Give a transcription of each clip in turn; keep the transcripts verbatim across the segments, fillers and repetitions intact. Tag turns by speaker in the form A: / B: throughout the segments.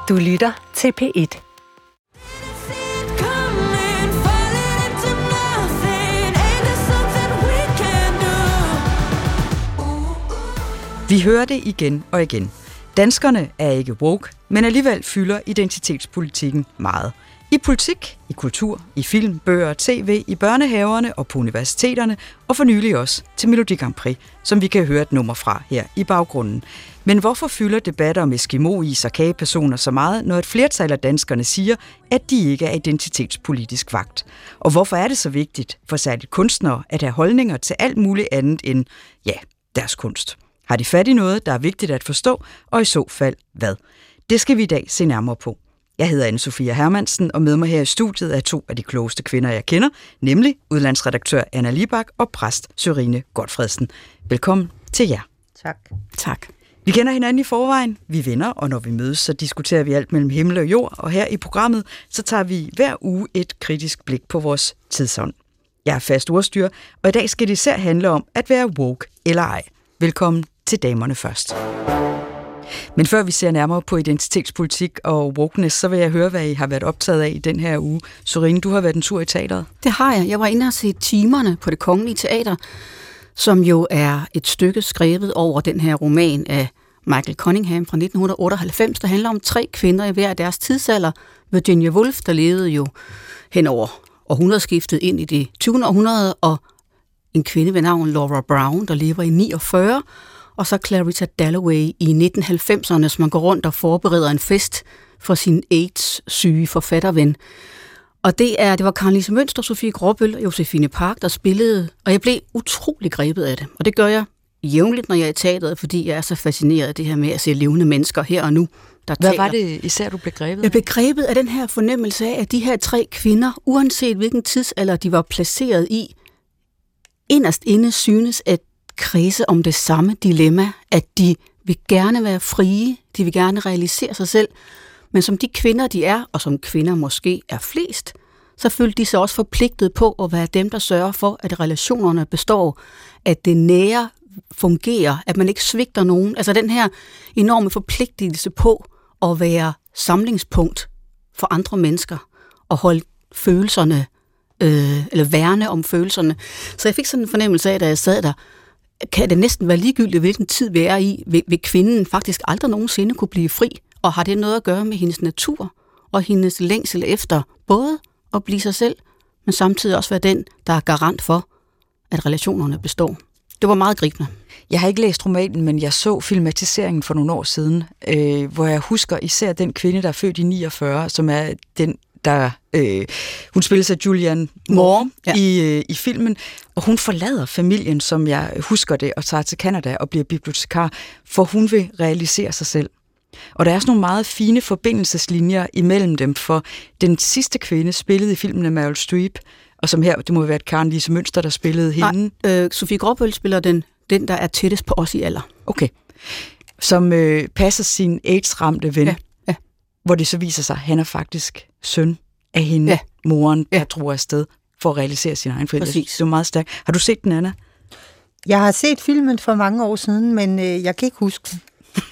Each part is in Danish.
A: Du lytter til P et.
B: Vi hører det igen og igen. Danskerne er ikke woke, men alligevel fylder identitetspolitikken meget. I politik, i kultur, i film, bøger og tv, i børnehaverne og på universiteterne, og for nylig også til Melodi Grand Prix, som vi kan høre et nummer fra her i baggrunden. Men hvorfor fylder debatter om Eskimo-is og kagepersoner så meget, når et flertal af danskerne siger, at de ikke er identitetspolitisk vagt? Og hvorfor er det så vigtigt for særligt kunstnere at have holdninger til alt muligt andet end, ja, deres kunst? Har de fat i noget, der er vigtigt at forstå, og i så fald hvad? Det skal vi i dag se nærmere på. Jeg hedder Anne-Sophia Hermansen, og med mig her i studiet er to af de klogeste kvinder, jeg kender, nemlig udlandsredaktør Anna Libak og præst Sørine Godtfredsen. Velkommen til jer.
C: Tak.
B: Tak. Vi kender hinanden i forvejen, vi er venner, og når vi mødes, så diskuterer vi alt mellem himmel og jord, og her i programmet, så tager vi hver uge et kritisk blik på vores tidsånd. Jeg er fast ordstyr, og i dag skal det især handle om at være woke eller ej. Velkommen til damerne først. Men før vi ser nærmere på identitetspolitik og wokeness, så vil jeg høre, hvad I har været optaget af i den her uge. Sørine, du har været en tur i teateret.
C: Det har jeg. Jeg var inde og se Timerne på Det Kongelige Teater, som jo er et stykke skrevet over den her roman af Michael Cunningham fra nitten otteoghalvfems, der handler om tre kvinder i hver deres tidsalder. Virginia Woolf, der levede jo hen over århundredeskiftet ind i det tyvende århundrede, og en kvinde ved navn Laura Brown, der lever i niogfyrre, og så Clarissa Dalloway i nitten halvfemserne, som man går rundt og forbereder en fest for sin AIDS-syge forfatterven. Og det er det var Karen Lise Mønster, Sofie Gråbøl og Josefine Park, der spillede, og jeg blev utrolig grebet af det. Og det gør jeg jævnligt, når jeg er i teateret, fordi jeg er så fascineret af det her med at se levende mennesker her og nu, der
B: Hvad
C: taler.
B: var det især, du blev grebet af?
C: Jeg blev grebet af den her fornemmelse af, at de her tre kvinder, uanset hvilken tidsalder de var placeret i, inderst inde synes at kredse om det samme dilemma, at de vil gerne være frie, de vil gerne realisere sig selv, men som de kvinder, de er, og som kvinder måske er flest, så følte de sig også forpligtet på at være dem, der sørger for, at relationerne består, at det nære fungerer, at man ikke svigter nogen. Altså den her enorme forpligtelse på at være samlingspunkt for andre mennesker, og holde følelserne, øh, eller værne om følelserne. Så jeg fik sådan en fornemmelse af, da jeg sad der, kan det næsten være ligegyldigt, hvilken tid vi er i, vil, vil kvinden faktisk aldrig nogensinde kunne blive fri, og har det noget at gøre med hendes natur og hendes længsel efter både at blive sig selv, men samtidig også være den, der er garant for, at relationerne består. Det var meget gribende.
B: Jeg har ikke læst romanen, men jeg så filmatiseringen for nogle år siden, øh, hvor jeg husker især den kvinde, der er født i niogfyrre, som er den, der øh, hun spiller sig Julianne Moore ja. i, øh, i filmen, og hun forlader familien, som jeg husker det, og tager til Canada og bliver bibliotekar, for hun vil realisere sig selv. Og der er sådan nogle meget fine forbindelseslinjer imellem dem, for den sidste kvinde spillede i filmen af Meryl Streep, og som her, det må have været Karen Lise Mønster, der spillede hende.
C: Nej, øh, Sofie Gråbøl spiller den, den, der er tættest på os i alder.
B: Okay. Som øh, passer sin AIDS-ramte ven,
C: ja. Ja.
B: hvor det så viser sig, at han er faktisk søn af hende, ja. moren, der ja. tror afsted for at realisere sin egen forældre. Det er meget stærkt. Har du set den, Anna?
D: Jeg har set filmen for mange år siden, men øh, jeg kan ikke huske den.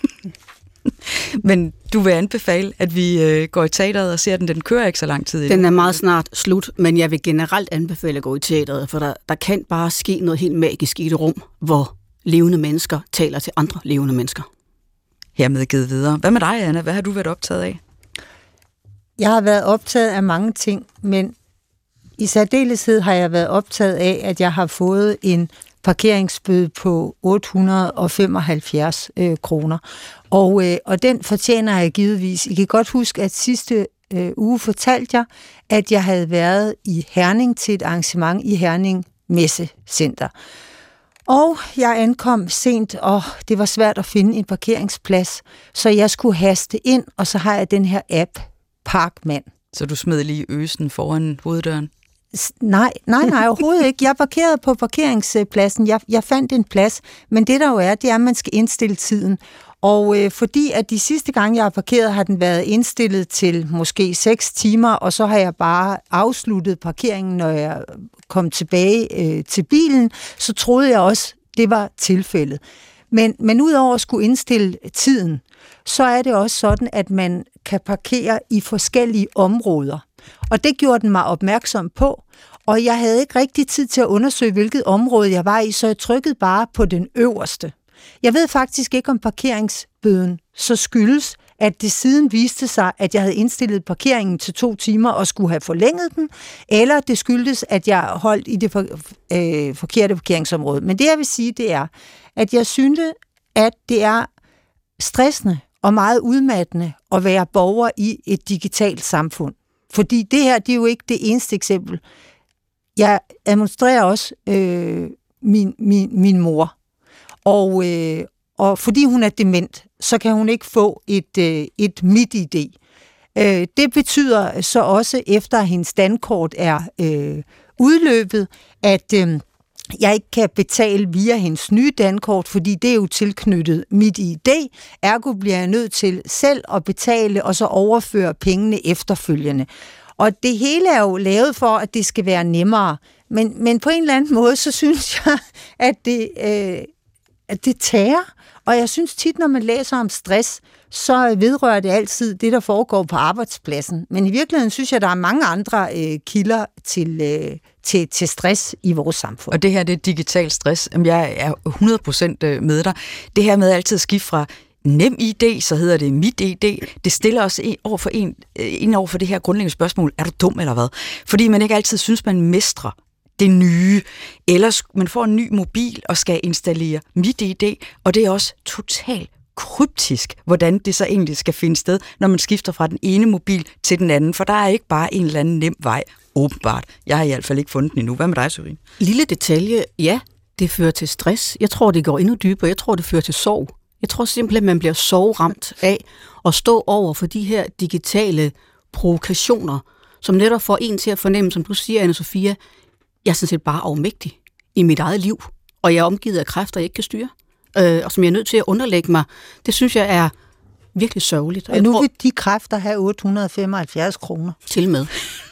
B: Men du vil anbefale, at vi øh, går i teateret og ser den. Den kører ikke så lang tid.
C: Den er meget snart slut, men jeg vil generelt anbefale at gå i teateret, for der, der kan bare ske noget helt magisk i et rum, hvor levende mennesker taler til andre levende mennesker.
B: Hermed givet videre. Hvad med dig, Anna? Hvad har du været optaget af?
D: Jeg har været optaget af mange ting, men i særdeleshed har jeg været optaget af, at jeg har fået en parkeringsbøde på otte hundrede og femoghalvfjerds øh, kroner. Og, øh, og den fortjener jeg givetvis. I kan godt huske, at sidste øh, uge fortalte jeg, at jeg havde været i Herning til et arrangement i Herning Messecenter. Og jeg ankom sent, og det var svært at finde en parkeringsplads, så jeg skulle haste ind, og så har jeg den her app, Parkmand.
B: Så du smed lige øsen foran hoveddøren?
D: Nej, nej, nej, overhovedet ikke. Jeg parkerede på parkeringspladsen. Jeg, jeg fandt en plads, men det der jo er, det er, at man skal indstille tiden. Og øh, fordi at de sidste gange, jeg har parkeret, har den været indstillet til måske seks timer, og så har jeg bare afsluttet parkeringen, når jeg kom tilbage øh, til bilen, så troede jeg også, det var tilfældet. Men, men udover at skulle indstille tiden, så er det også sådan, at man kan parkere i forskellige områder. Og det gjorde den mig opmærksom på, og jeg havde ikke rigtig tid til at undersøge, hvilket område jeg var i, så jeg trykkede bare på den øverste. Jeg ved faktisk ikke, om parkeringsbøden så skyldes, at det siden viste sig, at jeg havde indstillet parkeringen til to timer og skulle have forlænget den, eller det skyldtes, at jeg holdt i det for, øh, forkerte parkeringsområde. Men det, jeg vil sige, det er, at jeg synes, at det er stressende og meget udmattende at være borger i et digitalt samfund. Fordi det her, det er jo ikke det eneste eksempel. Jeg administrerer også øh, min, min, min mor, og, øh, og fordi hun er dement, så kan hun ikke få et, øh, et MitID. Øh, det betyder så også, efter at hendes dankort er øh, udløbet, at øh, jeg ikke kan betale via hendes nye dankort, fordi det er jo tilknyttet MitID. Ergo bliver jeg nødt til selv at betale og så overføre pengene efterfølgende. Og det hele er jo lavet for, at det skal være nemmere. Men, men på en eller anden måde, så synes jeg, at det, øh, at det tager. Og jeg synes tit, når man læser om stress, så vedrører det altid det, der foregår på arbejdspladsen. Men i virkeligheden synes jeg, der er mange andre øh, kilder til, øh, til, til stress i vores samfund.
B: Og det her, det er digital stress. Jamen, jeg er hundrede procent med dig. Det her med altid at skifte fra NemID, så hedder det MitID. Det stiller os over for en, en over for det her grundlæggende spørgsmål. Er du dum eller hvad? Fordi man ikke altid synes, man mestrer det nye. Eller man får en ny mobil og skal installere MitID, og det er også totalt kryptisk, hvordan det så egentlig skal finde sted, når man skifter fra den ene mobil til den anden. For der er ikke bare en eller anden nem vej, åbenbart. Jeg har i hvert fald ikke fundet den endnu. Hvad med dig, Sørine?
C: Lille detalje, ja, det fører til stress. Jeg tror, det går endnu dybere. Jeg tror, det fører til sorg. Jeg tror simpelthen, man bliver sorgramt af at stå over for de her digitale provokationer, som netop får en til at fornemme, som du siger, Anna-Sophia, jeg er sådan set bare afmægtig i mit eget liv, og jeg er omgivet af kræfter, jeg ikke kan styre, øh, og som jeg er nødt til at underlægge mig. Det synes jeg er virkelig sørgeligt.
D: Og, og nu tror, vil de kræfter have otte hundrede og femoghalvfjerds kroner.
C: Til med.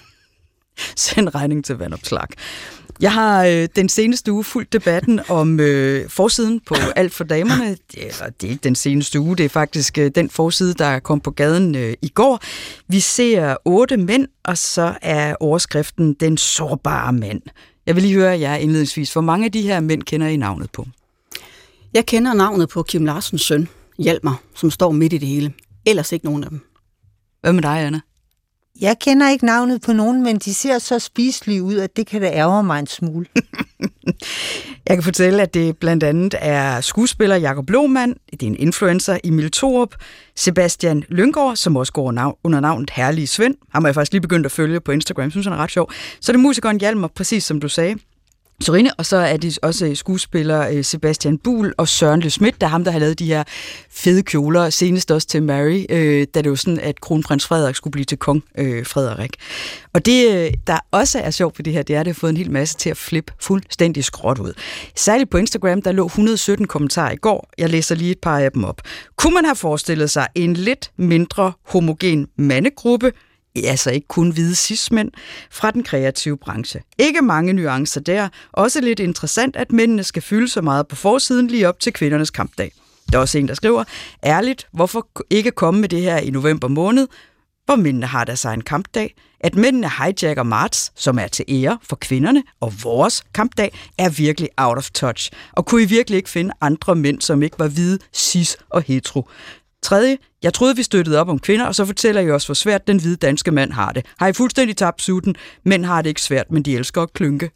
B: Send regning til vandopslag. Jeg har øh, den seneste uge fulgt debatten om øh, forsiden på Alt for damerne. Det er, det er ikke den seneste uge, det er faktisk øh, den forside, der kom på gaden øh, i går. Vi ser otte mænd, og så er overskriften Den sårbare mand. Jeg vil lige høre jer indledningsvis. Hvor mange af de her mænd kender I navnet på?
C: Jeg kender navnet på Kim Larsens søn, Hjalmar, som står midt i det hele. Ellers ikke nogen af dem.
B: Hvad med dig, Anna?
D: Jeg kender ikke navnet på nogen, men de ser så spiselige ud, at det kan da ærge mig en smule.
B: Jeg kan fortælle, at det blandt andet er skuespiller Jakob Lohmann, det er en influencer Emil Thorup, Sebastian Lynggaard, som også går under navnet Herlige Svend. Ham har jeg faktisk lige begyndt at følge på Instagram, synes han er ret sjov. Så er det musikeren Hjalmar, præcis som du sagde. Sørine, og så er det også skuespillere Sebastian Buhl og Søren Le Schmidt, der er ham, der har lavet de her fede kjoler, senest også til Mary, øh, da det var sådan, at kronprins Frederik skulle blive til kong øh, Frederik. Og det, der også er sjovt ved det her, det er, at det har fået en hel masse til at flippe fuldstændig skråt ud. Særligt på Instagram, der lå et hundrede og sytten kommentarer i går. Jeg læser lige et par af dem op. Kunne man have forestillet sig en lidt mindre homogen mandegruppe, altså ikke kun hvide cis-mænd, fra den kreative branche. Ikke mange nuancer der. Også lidt interessant, at mændene skal fylde så meget på forsiden lige op til kvindernes kampdag. Der er også en, der skriver, ærligt, hvorfor ikke komme med det her i november måned, hvor mændene har deres egen kampdag? At mændene hijacker marts, som er til ære for kvinderne, og vores kampdag, er virkelig out of touch. Og kunne I virkelig ikke finde andre mænd, som ikke var hvide, cis og hetero? Tredje, jeg troede, vi støttede op om kvinder, og så fortæller I også, hvor svært den hvide danske mand har det. Har I fuldstændig tabt sutten? Mænd har det ikke svært, men de elsker at klynke.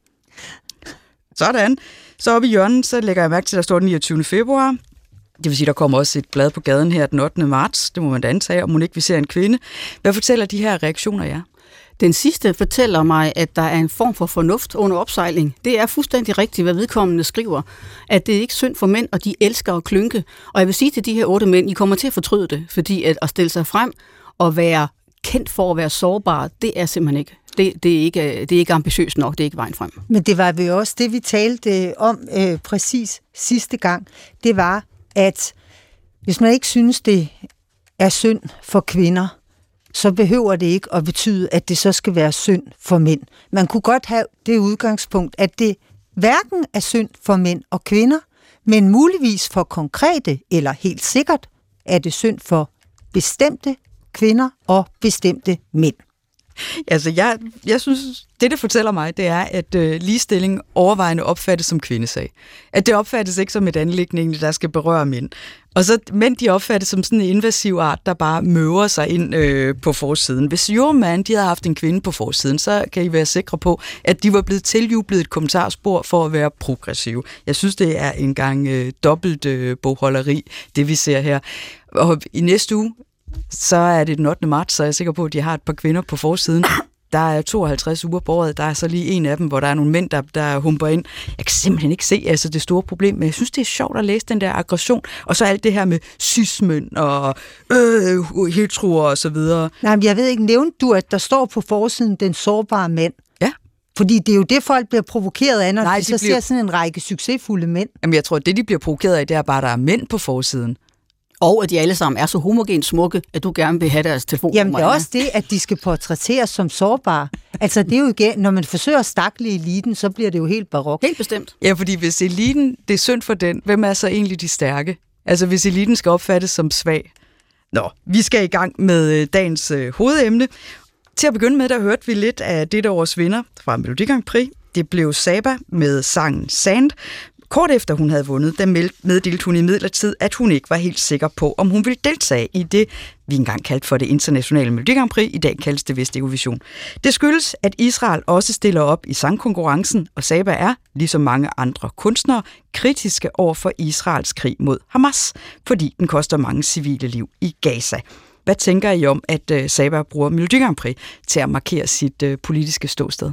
B: Sådan. Så oppe i hjørnet, så lægger jeg mærke til, at der står den niogtyvende februar. Det vil sige, der kommer også et blad på gaden her den ottende marts. Det må man da antage, om hun ikke vil se en kvinde. Hvad fortæller de her reaktioner jer?
C: Den sidste fortæller mig, at der er en form for fornuft under opsejling. Det er fuldstændig rigtigt, hvad vedkommende skriver. At det er ikke synd for mænd, og de elsker at klynke. Og jeg vil sige til de her otte mænd, I kommer til at fortryde det, fordi at, at stille sig frem og være kendt for at være sårbar, det er simpelthen ikke. Det, det, er ikke, det er ikke ambitiøst nok, det er ikke vejen frem.
D: Men det var jo også det, vi talte om øh, præcis sidste gang. Det var, at hvis man ikke synes, det er synd for kvinder, så behøver det ikke at betyde, at det så skal være synd for mænd. Man kunne godt have det udgangspunkt, at det hverken er synd for mænd og kvinder, Men muligvis for konkrete, eller helt sikkert, er det synd for bestemte kvinder og bestemte mænd.
B: Altså, jeg, jeg synes, det, det fortæller mig, det er, at øh, ligestilling overvejende opfattes som kvindesag. At det opfattes ikke som et anliggende, der skal berøre mænd. Og så mænd, de opfattes som sådan en invasiv art, der bare møver sig ind øh, på forsiden. Hvis Your Man, de havde haft en kvinde på forsiden, så kan I være sikre på, at de var blevet tiljublet et kommentarspor for at være progressive. Jeg synes, det er en gang øh, dobbelt øh, bogholderi, det vi ser her. Og i næste uge, så er det den ottende marts, så er jeg sikker på, at de har et par kvinder på forsiden. Der er tooghalvtreds uger på året, der er så lige en af dem, hvor der er nogle mænd, der, der humper ind. Jeg kan simpelthen ikke se altså, det store problem, men jeg synes, det er sjovt at læse den der aggression, og så alt det her med cis-mænd og øh, heteroer og så videre.
D: Nej, men jeg ved ikke, nævnte du, at der står på forsiden den sårbare mænd?
B: Ja.
D: Fordi det er jo det, folk bliver provokeret af, når
B: Nej,
D: de,
B: de
D: så
B: bliver...
D: ser sådan en række succesfulde mænd.
B: Jamen, jeg tror, at det, de bliver provokeret af, det er bare, at der er mænd på forsiden.
C: Og at de alle sammen er så homogent smukke, at du gerne vil have deres telefon.
D: Jamen, det er også det, at de skal portrætteres som sårbare. Altså, det er jo igen, når man forsøger at stakle eliten, så bliver det jo helt barok.
C: Helt bestemt.
B: Ja, fordi hvis eliten, det er synd for den, hvem er så egentlig de stærke? Altså, hvis eliten skal opfattes som svag. Nå, vi skal i gang med dagens øh, hovedemne. Til at begynde med, der hørte vi lidt af dette års vinder fra Melodi Grand Prix. Det blev Saba med sangen Sand. Kort efter hun havde vundet, der meddelte hun imidlertid, at hun ikke var helt sikker på, om hun ville deltage i det, vi engang kaldte for det internationale Melodi Grand Prix, i dag kaldes det vist Eurovision. Det skyldes, at Israel også stiller op i sangkonkurrencen, og Saba er, ligesom mange andre kunstnere, kritiske over for Israels krig mod Hamas, fordi den koster mange civile liv i Gaza. Hvad tænker I om, at Saba bruger Melodi Grand Prix til at markere sit politiske ståsted?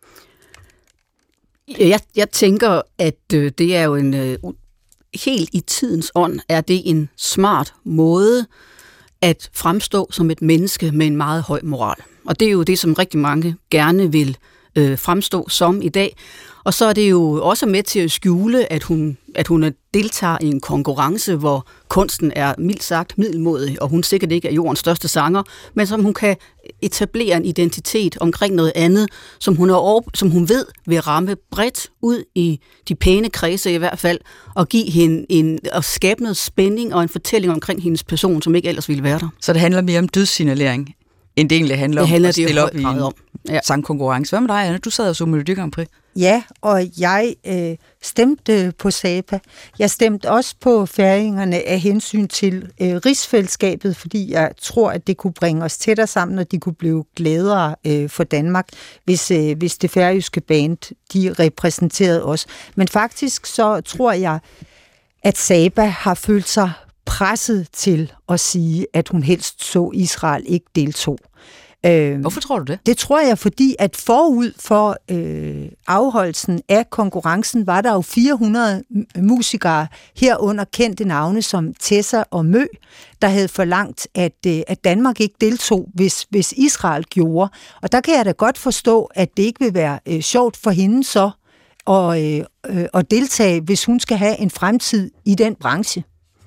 C: Jeg, jeg tænker, at øh, det er jo en øh, helt i tidens ånd, er det en smart måde at fremstå som et menneske med en meget høj moral. Og det er jo det, som rigtig mange gerne vil øh, fremstå som i dag. Og så er det jo også med til at skjule, at hun, at hun deltager i en konkurrence, hvor kunsten er mildt sagt middelmådig, og hun sikkert ikke er jordens største sanger, men som hun kan etablere en identitet omkring noget andet, som hun, er over, som hun ved vil ramme bredt ud i de pæne kredse i hvert fald, og give hende en, og skabe noget spænding og en fortælling omkring hendes person, som ikke ellers ville være der.
B: Så det handler mere om dødssignalering, end det egentlig handler
C: det
B: om
C: handler
B: at stille op i en
C: om. Ja.
B: sangkonkurrence. Hvad med dig, Anna? Du sad og så Melodi Grand Prix.
D: Ja, og jeg øh, stemte på Saba. Jeg stemte også på færingerne af hensyn til øh, rigsfællesskabet, fordi jeg tror, at det kunne bringe os tættere sammen, og de kunne blive gladere øh, for Danmark, hvis, øh, hvis det færøske band, de repræsenterede os. Men faktisk så tror jeg, at Saba har følt sig presset til at sige, at hun helst så Israel ikke deltog.
B: Hvorfor tror du det?
D: Det tror jeg, fordi at forud for øh, afholdelsen af konkurrencen var der jo fire hundrede musikere, herunder kendte navne som Tessa og Mø, der havde forlangt, at, øh, at Danmark ikke deltog, hvis, hvis Israel gjorde. Og der kan jeg da godt forstå, at det ikke vil være øh, sjovt for hende så at, øh, øh, at deltage, hvis hun skal have en fremtid i den branche.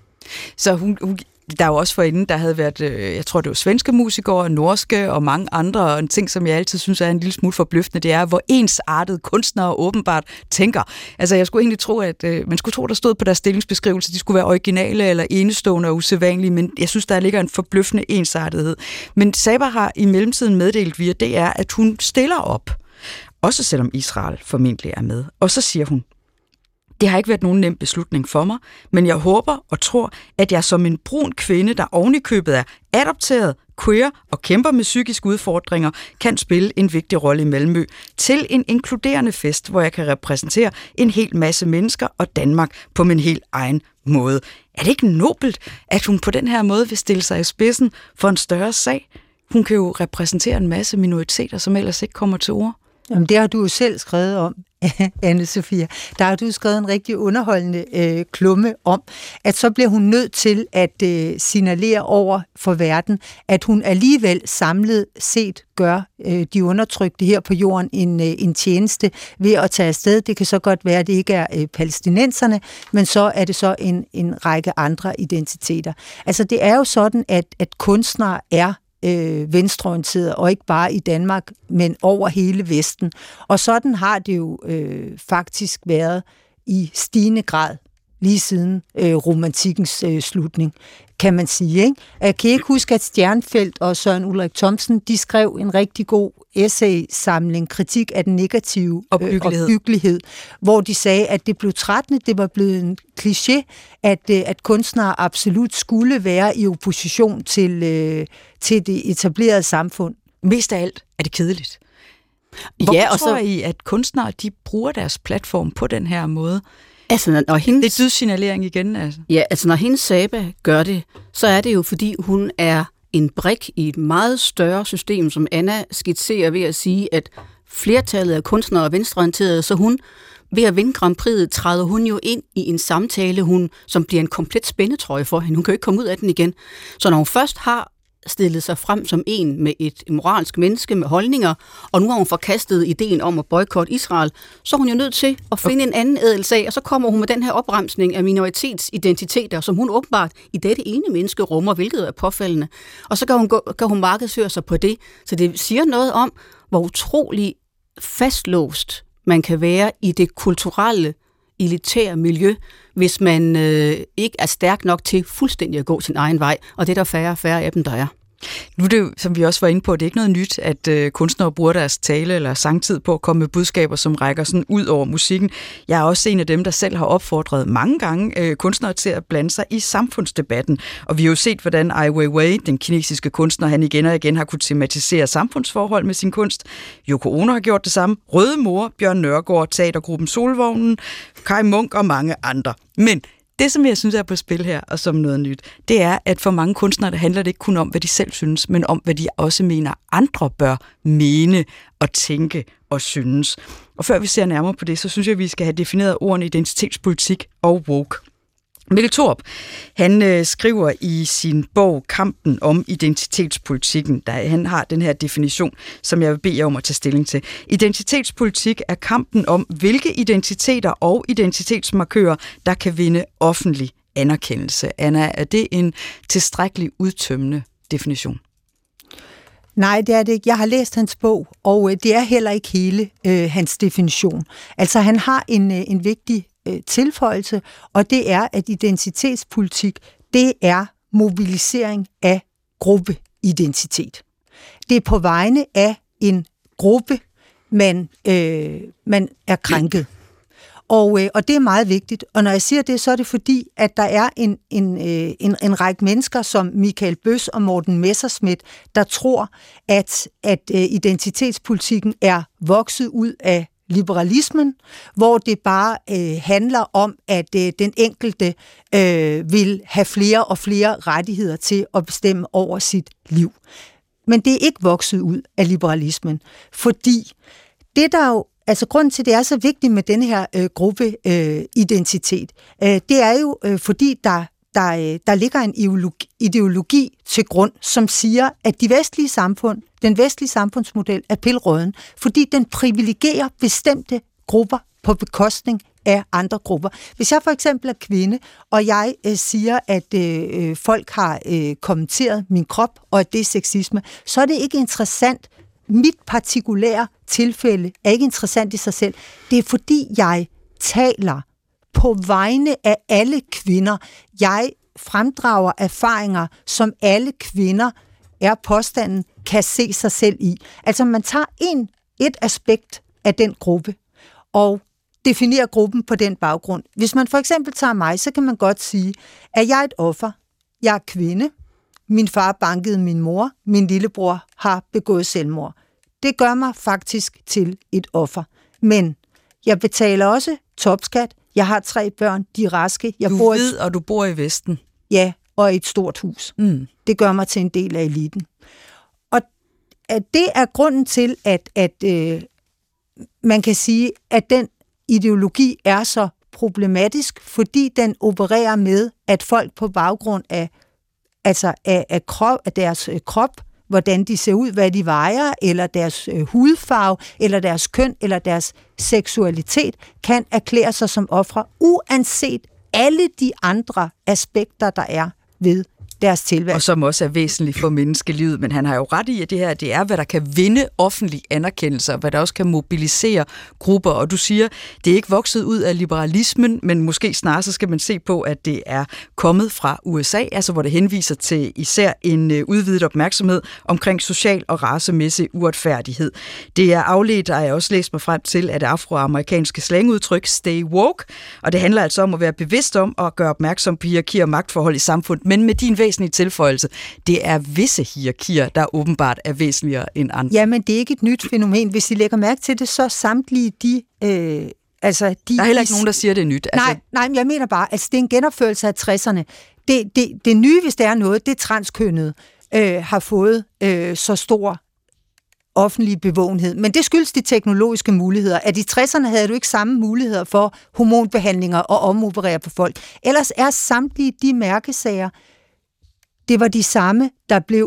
B: Så hun... hun Der er jo også forinden, der havde været, jeg tror det var svenske musikere, norske og mange andre, og en ting, som jeg altid synes er en lille smule forbløffende, det er, hvor ensartet kunstnere åbenbart tænker. Altså jeg skulle egentlig tro, at man skulle tro, der stod på deres stillingsbeskrivelse, de skulle være originale eller enestående og usædvanlige, men jeg synes, der ligger en forbløffende ensartethed. Men Saba har i mellemtiden meddelt via det er, at hun stiller op, også selvom Israel formentlig er med. Og så siger hun, det har ikke været nogen nem beslutning for mig, men jeg håber og tror, at jeg som en brun kvinde, der ovenikøbet er adopteret, queer og kæmper med psykiske udfordringer, kan spille en vigtig rolle i Malmø til en inkluderende fest, hvor jeg kan repræsentere en hel masse mennesker og Danmark på min helt egen måde. Er det ikke nobelt, at hun på den her måde vil stille sig i spidsen for en større sag? Hun kan jo repræsentere en masse minoriteter, som ellers ikke kommer til ord.
D: Jamen, det har du jo selv skrevet om, Anne-Sophia. Der har du skrevet en rigtig underholdende øh, klumme om, at så bliver hun nødt til at øh, signalere over for verden, at hun alligevel samlet set gør øh, de undertrykte her på jorden en, øh, en tjeneste ved at tage afsted. Det kan så godt være, at det ikke er øh, palæstinenserne, men så er det så en, en række andre identiteter. Altså, det er jo sådan, at, at kunstnere er Øh, venstreorienteret, og ikke bare i Danmark, men over hele Vesten. Og sådan har det jo øh, faktisk været i stigende grad lige siden øh, romantikkens øh, slutning, kan man sige. Ikke? Jeg kan ikke huske, at Stjernfeldt og Søren Ulrik Thomsen, de skrev en rigtig god essay-samling, kritik af den negative
B: opbyggelighed.
D: Øh, opbyggelighed, hvor de sagde, at det blev trættende, det var blevet en kliché, at, øh, at kunstnere absolut skulle være i opposition til, øh, til det etablerede samfund.
B: Mest af alt er det kedeligt. Hvorfor
C: ja, og
B: tror
C: så,
B: I, at kunstnere de bruger deres platform på den her måde?
C: Altså, når hendes,
B: det er dydsignalering igen. Altså.
C: Ja, altså når hendes Saba gør det, så er det jo, fordi hun er en brik i et meget større system, som Anna skitserer ved at sige, at flertallet af kunstnere er venstreorienterede, så hun ved at vinde Grand Prix'et træder hun jo ind i en samtale, hun, som bliver en komplet spændetrøje for hende. Hun kan jo ikke komme ud af den igen. Så når hun først har stillet sig frem som en med et moralsk menneske med holdninger, og nu har hun forkastet ideen om at boykotte Israel, så er hun jo nødt til at finde en anden ædelsag, og så kommer hun med den her opremsning af minoritetsidentiteter, som hun åbenbart i dette ene menneske rummer, hvilket er påfaldende. Og så kan hun, gå, kan hun markedsføre sig på det. Så det siger noget om, hvor utrolig fastlåst man kan være i det kulturelle, elitære miljø, hvis man øh, ikke er stærk nok til fuldstændig at gå sin egen vej, og det er der færre og færre af dem, der er.
B: Nu er det jo, som vi også var inde på, det er ikke noget nyt, at øh, kunstnere bruger deres tale eller sangtid på at komme med budskaber, som rækker sådan ud over musikken. Jeg er også en af dem, der selv har opfordret mange gange øh, kunstnere til at blande sig i samfundsdebatten. Og vi har jo set, hvordan Ai Weiwei, den kinesiske kunstner, han igen og igen har kunnet tematisere samfundsforhold med sin kunst. Yoko Ono har gjort det samme. Røde Mor, Bjørn Nørgaard, teatergruppen Solvognen, Kai Munk og mange andre. Men det, som jeg synes er på spil her, og som noget nyt, det er, at for mange kunstnere, der handler det ikke kun om, hvad de selv synes, men om, hvad de også mener, andre bør mene og tænke og synes. Og før vi ser nærmere på det, så synes jeg, at vi skal have defineret ordene identitetspolitik og woke. Mikkel Thorup, han øh, skriver i sin bog Kampen om identitetspolitikken, der han har den her definition, som jeg vil bede jer om at tage stilling til. Identitetspolitik er kampen om, hvilke identiteter og identitetsmarkører, der kan vinde offentlig anerkendelse. Anna, er det en tilstrækkelig udtømmende definition?
D: Nej, det er det ikke. Jeg har læst hans bog, og øh, det er heller ikke hele øh, hans definition. Altså, han har en, øh, en vigtig øh, tilføjelse, og det er, at identitetspolitik, det er mobilisering af gruppeidentitet. Det er på vegne af en gruppe, man, øh, man er krænket. Og, øh, og det er meget vigtigt. Og når jeg siger det, så er det fordi, at der er en, en, øh, en, en række mennesker, som Michael Bøs og Morten Messerschmidt, der tror, at, at øh, identitetspolitikken er vokset ud af liberalismen, hvor det bare øh, handler om, at øh, den enkelte øh, vil have flere og flere rettigheder til at bestemme over sit liv. Men det er ikke vokset ud af liberalismen, fordi det der jo Altså, grunden til, at det er så vigtigt med den her øh, gruppeidentitet, øh, øh, det er jo, øh, fordi der, der, øh, der ligger en ideologi, ideologi til grund, som siger, at de vestlige samfund, den vestlige samfundsmodel er pilråden, fordi den privilegerer bestemte grupper på bekostning af andre grupper. Hvis jeg for eksempel er kvinde, og jeg øh, siger, at øh, folk har øh, kommenteret min krop, og at det er sexisme, så er det ikke interessant. Mit partikulære tilfælde er ikke interessant i sig selv. Det er fordi, jeg taler på vegne af alle kvinder. Jeg fremdrager erfaringer, som alle kvinder, er påstanden, kan se sig selv i. Altså, man tager en, et aspekt af den gruppe, og definerer gruppen på den baggrund. Hvis man for eksempel tager mig, så kan man godt sige, at jeg er et offer. Jeg er kvinde. Min far bankede min mor. Min lillebror har begået selvmord. Det gør mig faktisk til et offer. Men jeg betaler også topskat. Jeg har tre børn. De er raske. Jeg
B: du
D: bor
B: ved,
D: et...
B: og du bor i Vesten.
D: Ja, og i et stort hus.
B: Mm.
D: Det gør mig til en del af eliten. Og at det er grunden til, at, at øh, man kan sige, at den ideologi er så problematisk, fordi den opererer med, at folk på baggrund af altså af, af, krop, af deres øh, krop, hvordan de ser ud, hvad de vejer, eller deres øh, hudfarve, eller deres køn, eller deres seksualitet, kan erklære sig som ofre, uanset alle de andre aspekter, der er ved deres tilværelse.
B: Og som også er væsentligt for menneskelivet, men han har jo ret i, at det her, det er, hvad der kan vinde offentlig anerkendelse, og hvad der også kan mobilisere grupper, og du siger, det er ikke vokset ud af liberalismen, men måske snarere så skal man se på, at det er kommet fra U S A, altså hvor det henviser til især en udvidet opmærksomhed omkring social og racemæssig uretfærdighed. Det er afledt, og jeg har også læst mig frem til, at det afroamerikanske slangudtryk stay woke, og det handler altså om at være bevidst om at gøre opmærksom på hierarkier og magtforhold i samfundet, men med din væsentlige tilføjelse, det er visse hierarkier, der åbenbart er væsentligere end andre.
D: Ja, men det er ikke et nyt fænomen. Hvis I lægger mærke til det, så samtlige de... Øh, altså de
B: der er heller ikke nogen, der siger, det er nyt.
D: Altså... Nej, nej, men jeg mener bare, at altså, det er en genopførelse af tresserne. Det, det, det nye, hvis det er noget, det transkønnede øh, har fået øh, så stor offentlig bevågenhed. Men det skyldes de teknologiske muligheder. At i tresserne havde du ikke samme muligheder for hormonbehandlinger og omoperere på folk. Ellers er samtlige de mærkesager, det var de samme, der blev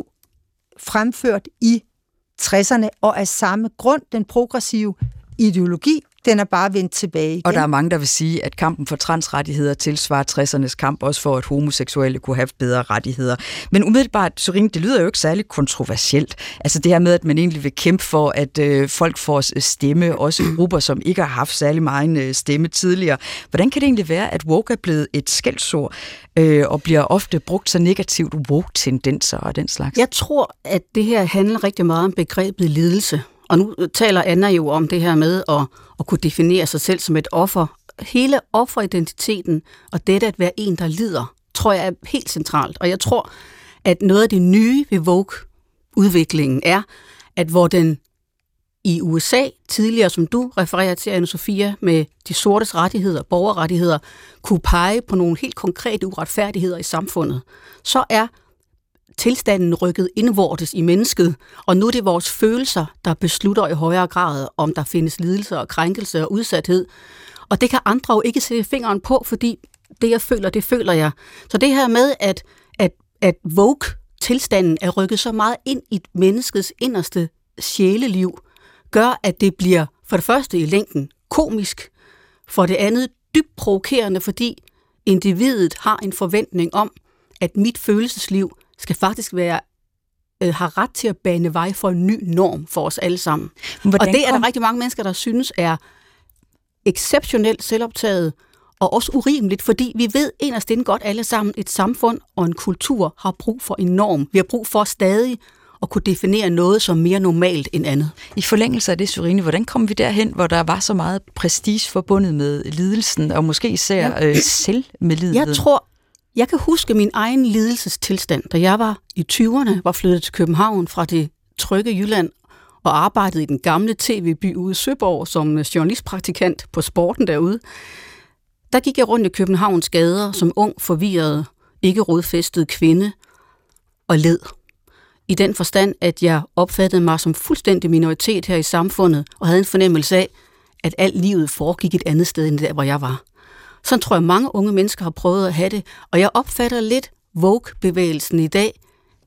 D: fremført i tresserne, og af samme grund, den progressive ideologi, den er bare vendt tilbage igen.
B: Og der er mange, der vil sige, at kampen for transrettigheder tilsvarer tressernes kamp også for, at homoseksuelle kunne have bedre rettigheder. Men umiddelbart, Sørine, det lyder jo ikke særlig kontroversielt. Altså det her med, at man egentlig vil kæmpe for, at øh, folk får stemme, også grupper, som ikke har haft særlig meget øh, stemme tidligere. Hvordan kan det egentlig være, at woke er blevet et skældsord, øh, og bliver ofte brugt så negativt, woke-tendenser og den slags?
C: Jeg tror, at det her handler rigtig meget om begrebet lidelse. Og nu taler Anna jo om det her med at, at kunne definere sig selv som et offer. Hele offeridentiteten og dette at være en, der lider, tror jeg er helt centralt. Og jeg tror, at noget af det nye ved woke-udviklingen er, at hvor den i U S A tidligere, som du refererer til, Anna-Sophia, med de sortes rettigheder, borgerrettigheder, kunne pege på nogle helt konkrete uretfærdigheder i samfundet, så er tilstanden rykket indvortes i mennesket, og nu er det vores følelser, der beslutter i højere grad, om der findes lidelser og krænkelse og udsathed. Og det kan andre jo ikke sætte fingeren på, fordi det, jeg føler, det føler jeg. Så det her med, at, at, at woke-tilstanden er rykket så meget ind i menneskets inderste sjæleliv, gør, at det bliver for det første i længden komisk, for det andet dybt provokerende, fordi individet har en forventning om, at mit følelsesliv skal faktisk være, øh, har ret til at bane vej for en ny norm for os alle sammen. Hvordan og det er der rigtig mange mennesker, der synes er exceptionelt selvoptaget og også urimeligt, fordi vi ved inderst inde godt alle sammen, et samfund og en kultur har brug for en norm. Vi har brug for stadig at kunne definere noget som mere normalt end andet.
B: I forlængelse af det, Sørine, hvordan kom vi derhen, hvor der var så meget prestige forbundet med lidelsen, og måske især ja. øh, selvmedlidenhed?
C: Jeg tror, Jeg kan huske min egen lidelsestilstand, da jeg var i tyverne, var flyttet til København fra det trygge Jylland og arbejdede i den gamle tv-by ude i Søborg som journalistpraktikant på sporten derude. Der gik jeg rundt i Københavns gader som ung, forvirret, ikke rodfæstet kvinde og led. I den forstand, at jeg opfattede mig som fuldstændig minoritet her i samfundet og havde en fornemmelse af, at alt livet foregik et andet sted end der, hvor jeg var. Sådan tror jeg, mange unge mennesker har prøvet at have det, og jeg opfatter lidt woke-bevægelsen i dag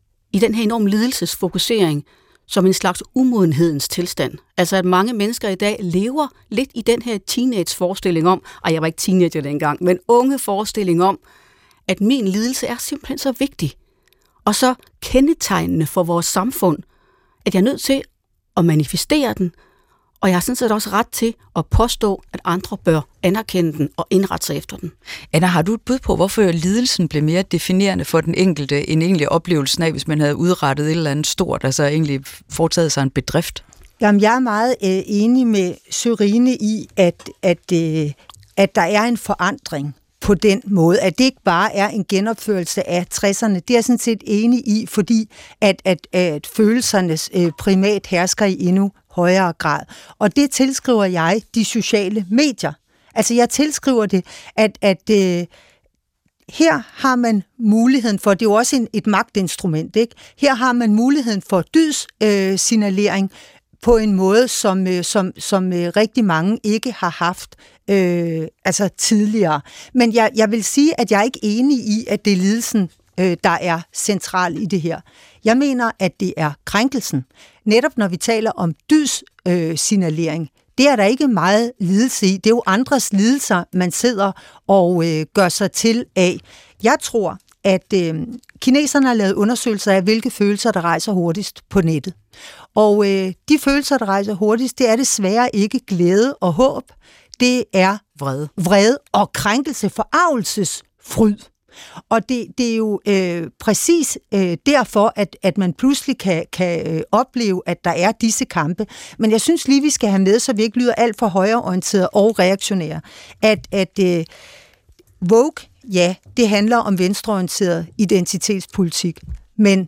C: i den her enorme lidelsesfokusering som en slags umodenhedens tilstand. Altså at mange mennesker i dag lever lidt i den her teenage-forestilling om, og jeg var ikke teenager dengang, men unge forestilling om, at min lidelse er simpelthen så vigtig, og så kendetegnende for vores samfund, at jeg er nødt til at manifestere den, og jeg har sådan set også ret til at påstå, at andre bør anerkende den og indrette sig efter den.
B: Anna, har du et bud på, hvorfor lidelsen blev mere definerende for den enkelte, end egentlig oplevelsen af, hvis man havde udrettet et eller andet stort, altså egentlig foretaget sig en bedrift?
D: Jamen, jeg er meget øh, enig med Sørine i, at, at, øh, at der er en forandring på den måde, at det ikke bare er en genopførelse af tresserne. Det er jeg sådan set enig i, fordi at, at, at følelsernes øh, primat hersker i endnu højere grad. Og det tilskriver jeg de sociale medier. Altså jeg tilskriver det, at, at øh, her har man muligheden for, det er jo også en, et magtinstrument, ikke? Her har man muligheden for dydssignalering øh, på en måde, som, øh, som, som øh, rigtig mange ikke har haft øh, altså tidligere. Men jeg, jeg vil sige, at jeg er ikke enig i, at det er lidelsen, øh, der er central i det her. Jeg mener, at det er krænkelsen. Netop når vi taler om dydssignalering, øh, det er der ikke meget lidelse i. Det er jo andres lidelser, man sidder og øh, gør sig til af. Jeg tror, at øh, kineserne har lavet undersøgelser af, hvilke følelser, der rejser hurtigst på nettet. Og øh, de følelser, der rejser hurtigst, det er desværre ikke glæde og håb. Det er
B: vrede,
D: vrede og krænkelse, forargelsesfryd. Og det, det er jo øh, præcis øh, derfor, at, at man pludselig kan, kan øh, opleve, at der er disse kampe. Men jeg synes lige, vi skal have med, så vi ikke lyder alt for højreorienterede og reaktionære. At, at øh, Vogue, ja, det handler om venstreorienteret identitetspolitik. Men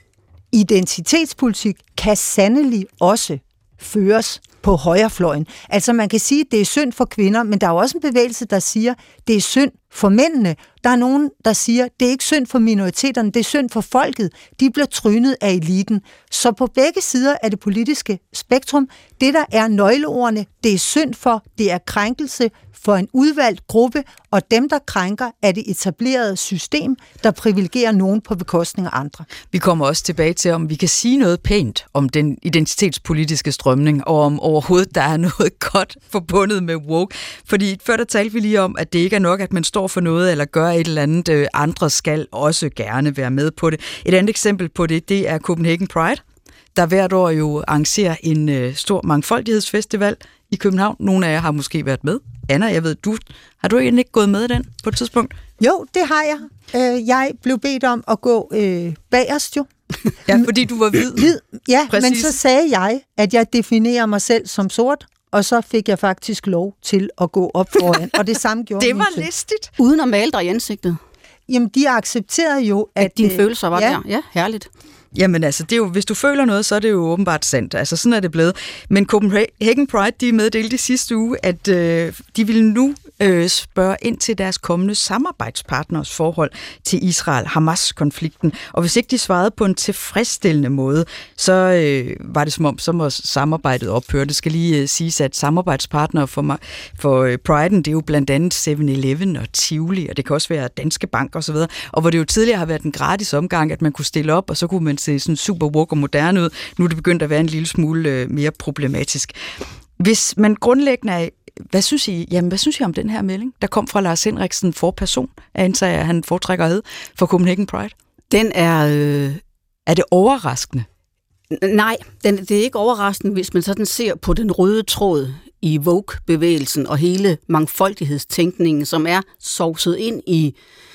D: identitetspolitik kan sandelig også føres på højrefløjen. Altså man kan sige, at det er synd for kvinder, men der er jo også en bevægelse, der siger, at det er synd for mændene. Der er nogen, der siger, at det er ikke synd for minoriteterne, det er synd for folket. De bliver trynet af eliten. Så på begge sider af det politiske spektrum, det der er nøgleordene, det er synd for, det er krænkelse for en udvalgt gruppe, og dem, der krænker, er det etablerede system, der privilegerer nogen på bekostning af andre.
B: Vi kommer også tilbage til, om vi kan sige noget pænt om den identitetspolitiske strømning, og om overhovedet der er noget godt forbundet med woke. Fordi før der talte vi lige om, at det ikke er nok, at man står for noget, eller gør et eller andet. Andre skal også gerne være med på det. Et andet eksempel på det, det er Copenhagen Pride, der hvert år jo arrangerer en øh, stor mangfoldighedsfestival i København. Nogle af jer har måske været med. Anna, jeg ved, du har du egentlig ikke gået med i den på et tidspunkt?
D: Jo, det har jeg. Øh, jeg blev bedt om at gå øh, bagerst jo.
B: Ja, fordi du var hvid.
D: hvid. Ja,
B: præcis.
D: Men så sagde jeg, at jeg definerer mig selv som sort, og så fik jeg faktisk lov til at gå op foran. Og det samme gjorde
B: det var listigt.
C: Uden at male dig i ansigtet.
D: Jamen, de accepterede jo, at...
C: At dine følelser var
D: ja.
C: der. Ja, herligt.
B: Jamen altså, det er jo, hvis du føler noget, så er det jo åbenbart sandt. Altså, sådan er det blevet. Men Copenhagen Pride, de meddelte i sidste uge, at øh, de vil nu øh, spørge ind til deres kommende samarbejdspartners forhold til Israel-Hamas-konflikten. Og hvis ikke de svarede på en tilfredsstillende måde, så øh, var det som om, så må samarbejdet ophøre. Det skal lige øh, siges, at samarbejdspartnere for, for øh, Pride'en, det er jo blandt andet seven eleven og Tivoli, og det kan også være Danske Bank og så videre. Og hvor det jo tidligere har været en gratis omgang, at man kunne stille op, og så kunne man se sådan super woke og moderne ud. Nu er det begyndt at være en lille smule øh, mere problematisk. Hvis man grundlæggende er, hvad synes I, jamen, hvad synes I om den her melding, der kom fra Lars Henriksen for person, jeg antager, at han foretrækker at hedde, for Copenhagen Pride?
C: Den er... Øh...
B: Er det overraskende?
C: Nej, den, det er ikke overraskende, hvis man sådan ser på den røde tråd i Vogue-bevægelsen og hele mangfoldighedstænkningen, som er sovset ind i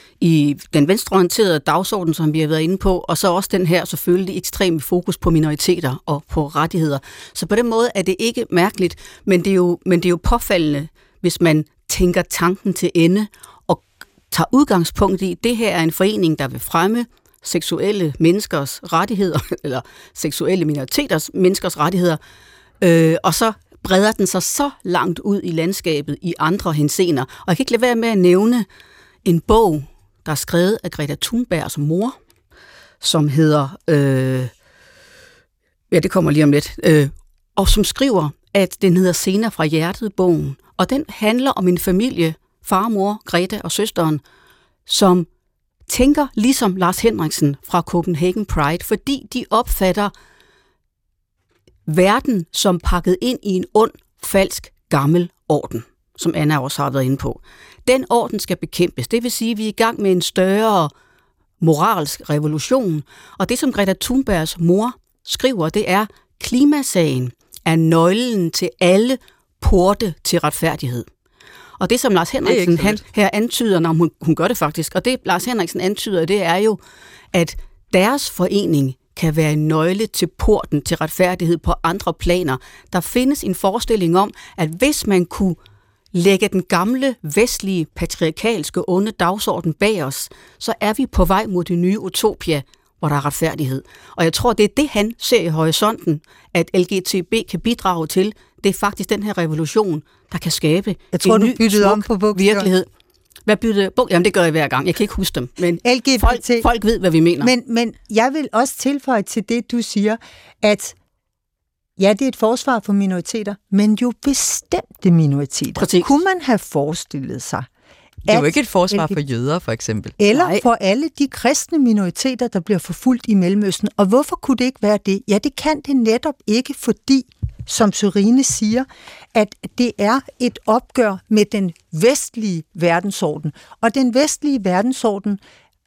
C: i den venstreorienterede dagsorden, som vi har været inde på, og så også den her selvfølgelig ekstreme fokus på minoriteter og på rettigheder. Så på den måde er det ikke mærkeligt, men det er jo, men det er jo påfaldende, hvis man tænker tanken til ende og tager udgangspunkt i, det her er en forening, der vil fremme seksuelle menneskers rettigheder, eller seksuelle minoriteters menneskers rettigheder, øh, og så breder den sig så langt ud i landskabet i andre henseender. Og jeg kan ikke lade være med at nævne en bog, der er skrevet af Greta Thunbergs mor, som hedder, øh, ja, det kommer lige om lidt, øh, og som skriver, at den hedder Scener fra hjertet-bogen. Og den handler om en familie, far, mor, Greta og søsteren, som tænker ligesom Lars Henriksen fra Copenhagen Pride, fordi de opfatter verden som pakket ind i en ond, falsk, gammel orden, som Anna også har været inde på. Den orden skal bekæmpes. Det vil sige, at vi er i gang med en større moralsk revolution. Og det, som Greta Thunbergs mor skriver, det er, klimasagen er nøglen til alle porte til retfærdighed. Og det, som Lars Henriksen han, her antyder, når hun, hun gør det faktisk, og det Lars Henriksen antyder, det er jo, at deres forening kan være en nøgle til porten til retfærdighed på andre planer. Der findes en forestilling om, at hvis man kunne lægge den gamle, vestlige, patriarkalske, onde dagsorden bag os, så er vi på vej mod det nye utopia, hvor der er retfærdighed. Og jeg tror, det er det, han ser i horisonten, at L G T B kan bidrage til. Det er faktisk den her revolution, der kan skabe
D: jeg tror,
C: en
D: du
C: ny,
D: byttede
C: smuk
D: om på bogstaver.
C: Virkelighed. Hvad byttede bog? Jamen, det gør jeg hver gang. Jeg kan ikke huske dem. Men
D: L G B T.
C: folk, folk ved, hvad vi mener.
D: Men, men jeg vil også tilføje til det, du siger, at ja, det er et forsvar for minoriteter, men jo bestemte minoriteter.
C: Præcis.
D: Kunne man have forestillet sig,
B: det er jo ikke et forsvar for jøder, for eksempel.
D: Eller
C: Nej.
D: for alle de kristne minoriteter, der bliver forfulgt i Mellemøsten. Og hvorfor kunne det ikke være det? Ja, det kan det netop ikke, fordi, som Sørine siger, at det er et opgør med den vestlige verdensorden. Og den vestlige verdensorden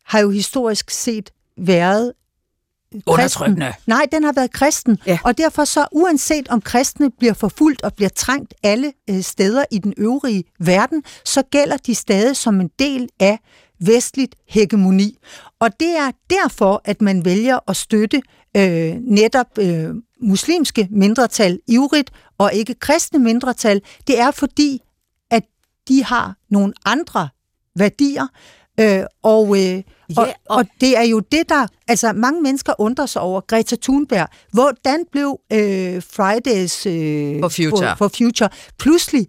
D: har jo historisk set været
B: undertrykkende.
D: Nej, den har været kristen,
B: ja.
D: Og derfor så, uanset om kristne bliver forfulgt og bliver trængt alle øh, steder i den øvrige verden, så gælder de stadig som en del af vestligt hegemoni. Og det er derfor, at man vælger at støtte øh, netop øh, muslimske mindretal ivrigt, og ikke kristne mindretal. Det er fordi, at de har nogle andre værdier, øh, og, øh,
C: Ja,
D: og,
C: og...
D: og det er jo det, der... Altså, mange mennesker undrer sig over Greta Thunberg. Hvordan blev øh, Fridays øh,
B: for, future.
D: For, for Future pludselig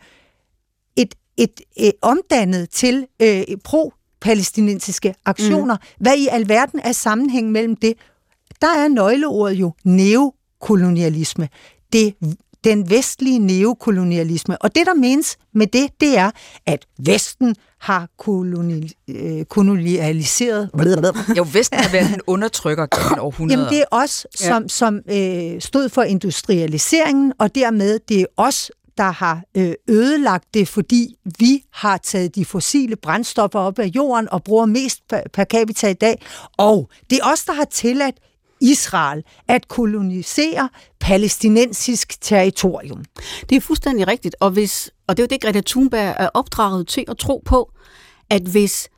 D: et, et, et omdannet til øh, pro-palæstinensiske aktioner? Mm. Hvad i alverden er sammenhængen mellem det? Der er nøgleordet jo neokolonialisme. Det den vestlige neokolonialisme. Og det, der menes med det, det er, at Vesten har kolonial, øh, kolonialiseret...
B: Jo, Vesten har været en undertrykker gennem århundreder.
D: Jamen, det er os, som, ja. som øh, stod for industrialiseringen, og dermed det er os, der har øh, ødelagt det, fordi vi har taget de fossile brændstoffer op af jorden og bruger mest per, per capita i dag. Og det er os, der har tilladt Israel at kolonisere palæstinensisk territorium.
C: Det er fuldstændig rigtigt, og, hvis, og det er jo det, Greta Thunberg er opdraget til at tro på, at hvis,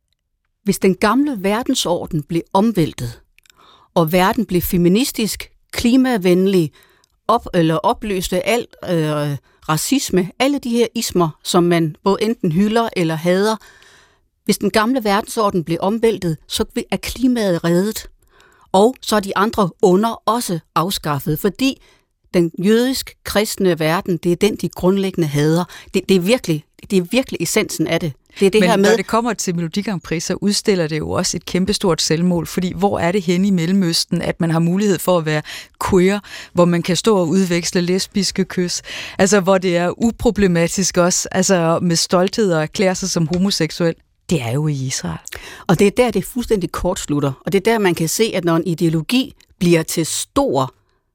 C: hvis den gamle verdensorden blev omvæltet, og verden blev feministisk, klimavenlig, op, eller opløste al øh, racisme, alle de her ismer, som man både enten hylder eller hader, hvis den gamle verdensorden blev omvæltet, så er klimaet reddet. Og så er de andre under også afskaffet, fordi den jødisk-kristne verden, det er den, de grundlæggende hader. Det, det, er, virkelig, det er virkelig essensen af det. Det er det
B: Men
C: her med...
B: når det kommer til Melodi Grand Prix, så udstiller det jo også et kæmpestort selvmål, fordi hvor er det henne i Mellemøsten, at man har mulighed for at være queer, hvor man kan stå og udveksle lesbiske kys, altså hvor det er uproblematisk også, altså med stolthed og erklære sig som homoseksuel. Det er jo i Israel.
C: Og det er der, det fuldstændig kortslutter. Og det er der, man kan se, at når en ideologi bliver til stor,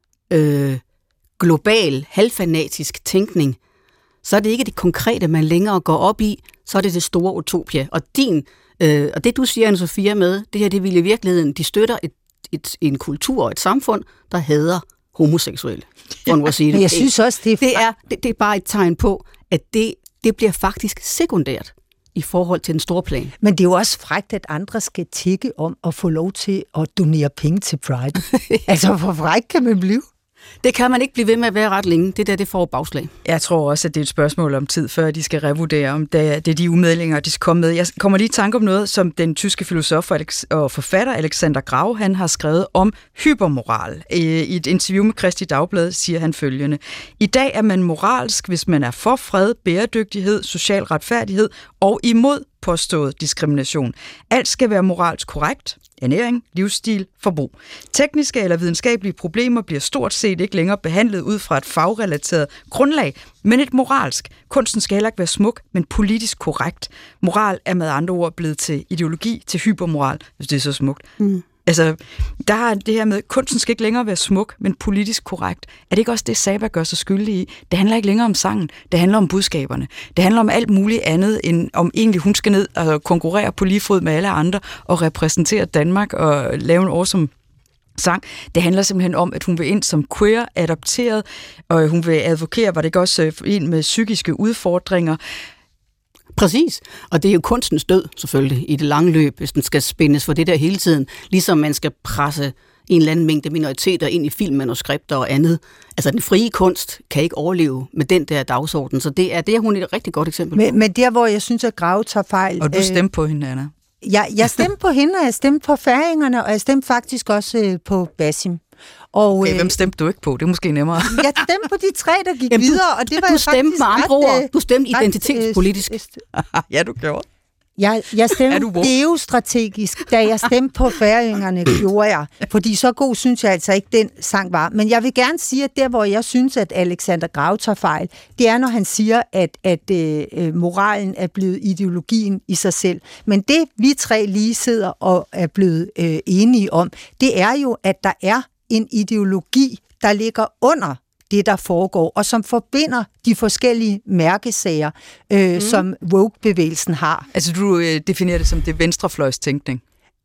C: øh, global, halvfanatisk tænkning, så er det ikke det konkrete, man længere går op i, så er det det store utopia. Og din, øh, og det du siger, Anne-Sophia, med, det her, det vil i virkeligheden, de støtter et, et, en kultur og et samfund, der hader homoseksuelle. For nu at sige det.
D: Men jeg synes også, det er...
C: Det er, det, det er bare et tegn på, at det, det bliver faktisk sekundært i forhold til den store plan.
D: Men det er jo også frækt, at andre skal tikke om at få lov til at donere penge til Pride. Altså, hvor frækt kan man blive?
C: Det kan man ikke blive ved med at være ret længe. Det der, det får bagslag.
B: Jeg tror også, at det er et spørgsmål om tid, før de skal revurdere, om det er de umeldinger, de skal komme med. Jeg kommer lige i tanke om noget, som den tyske filosof og forfatter Alexander Grau, han har skrevet om hypermoral. I et interview med Kristi Dagblad siger han følgende: I dag er man moralsk, hvis man er for fred, bæredygtighed, social retfærdighed og imod påstået diskrimination. Alt skal være moralsk korrekt. Ernæring, livsstil, forbrug. Tekniske eller videnskabelige problemer bliver stort set ikke længere behandlet ud fra et fagrelateret grundlag, men et moralsk. Kunsten skal heller ikke være smuk, men politisk korrekt. Moral er med andre ord blevet til ideologi, til hypermoral, hvis det er så smukt. Mm. Altså, der er det her med, kunsten skal ikke længere være smuk, men politisk korrekt. Er det ikke også det, Saba gør sig skyldig i? Det handler ikke længere om sangen, det handler om budskaberne. Det handler om alt muligt andet, end om egentlig hun skal ned og konkurrere på lige fod med alle andre og repræsentere Danmark og lave en awesome sang. Det handler simpelthen om, at hun vil ind som queer, adopteret, og hun vil advokere, var det ikke også en med psykiske udfordringer.
C: Præcis, og det er jo kunstens død, selvfølgelig, i det lange løb, hvis den skal spændes for det der hele tiden, ligesom man skal presse en eller anden mængde minoriteter ind i filmmanuskripter og andet. Altså, den frie kunst kan ikke overleve med den der dagsorden, så det er det, hun er et rigtig godt eksempel på.
D: Men, men der, hvor jeg synes, at Grave tager fejl...
B: Og du stemte på hende, Anna?
D: Jeg, jeg stemte på hende, og jeg stemte på færingerne, og jeg stemte faktisk også øh, på Basim. Og,
B: okay, hvem stemte du ikke på? Det er måske nemmere.
D: Jeg stemte på de tre, der gik
C: Jamen, du,
D: videre, og det var
C: du
D: jeg
C: stemte
D: faktisk
C: med andre
D: ret,
C: ord. Du stemte identitetspolitisk.
B: Ja, du gjorde.
D: Jeg, jeg stemte geostrategisk, da jeg stemte på færingerne, gjorde jeg. Fordi så god synes jeg altså ikke, den sang var. Men jeg vil gerne sige, at der, hvor jeg synes, at Alexander Grau tager fejl, det er, når han siger, at, at øh, moralen er blevet ideologien i sig selv. Men det, vi tre lige sidder og er blevet øh, enige om, det er jo, at der er en ideologi, der ligger under det, der foregår, og som forbinder de forskellige mærkesager, øh, mm. som woke-bevægelsen har.
B: Altså, du øh, definerer det som det venstrefløjstænkning?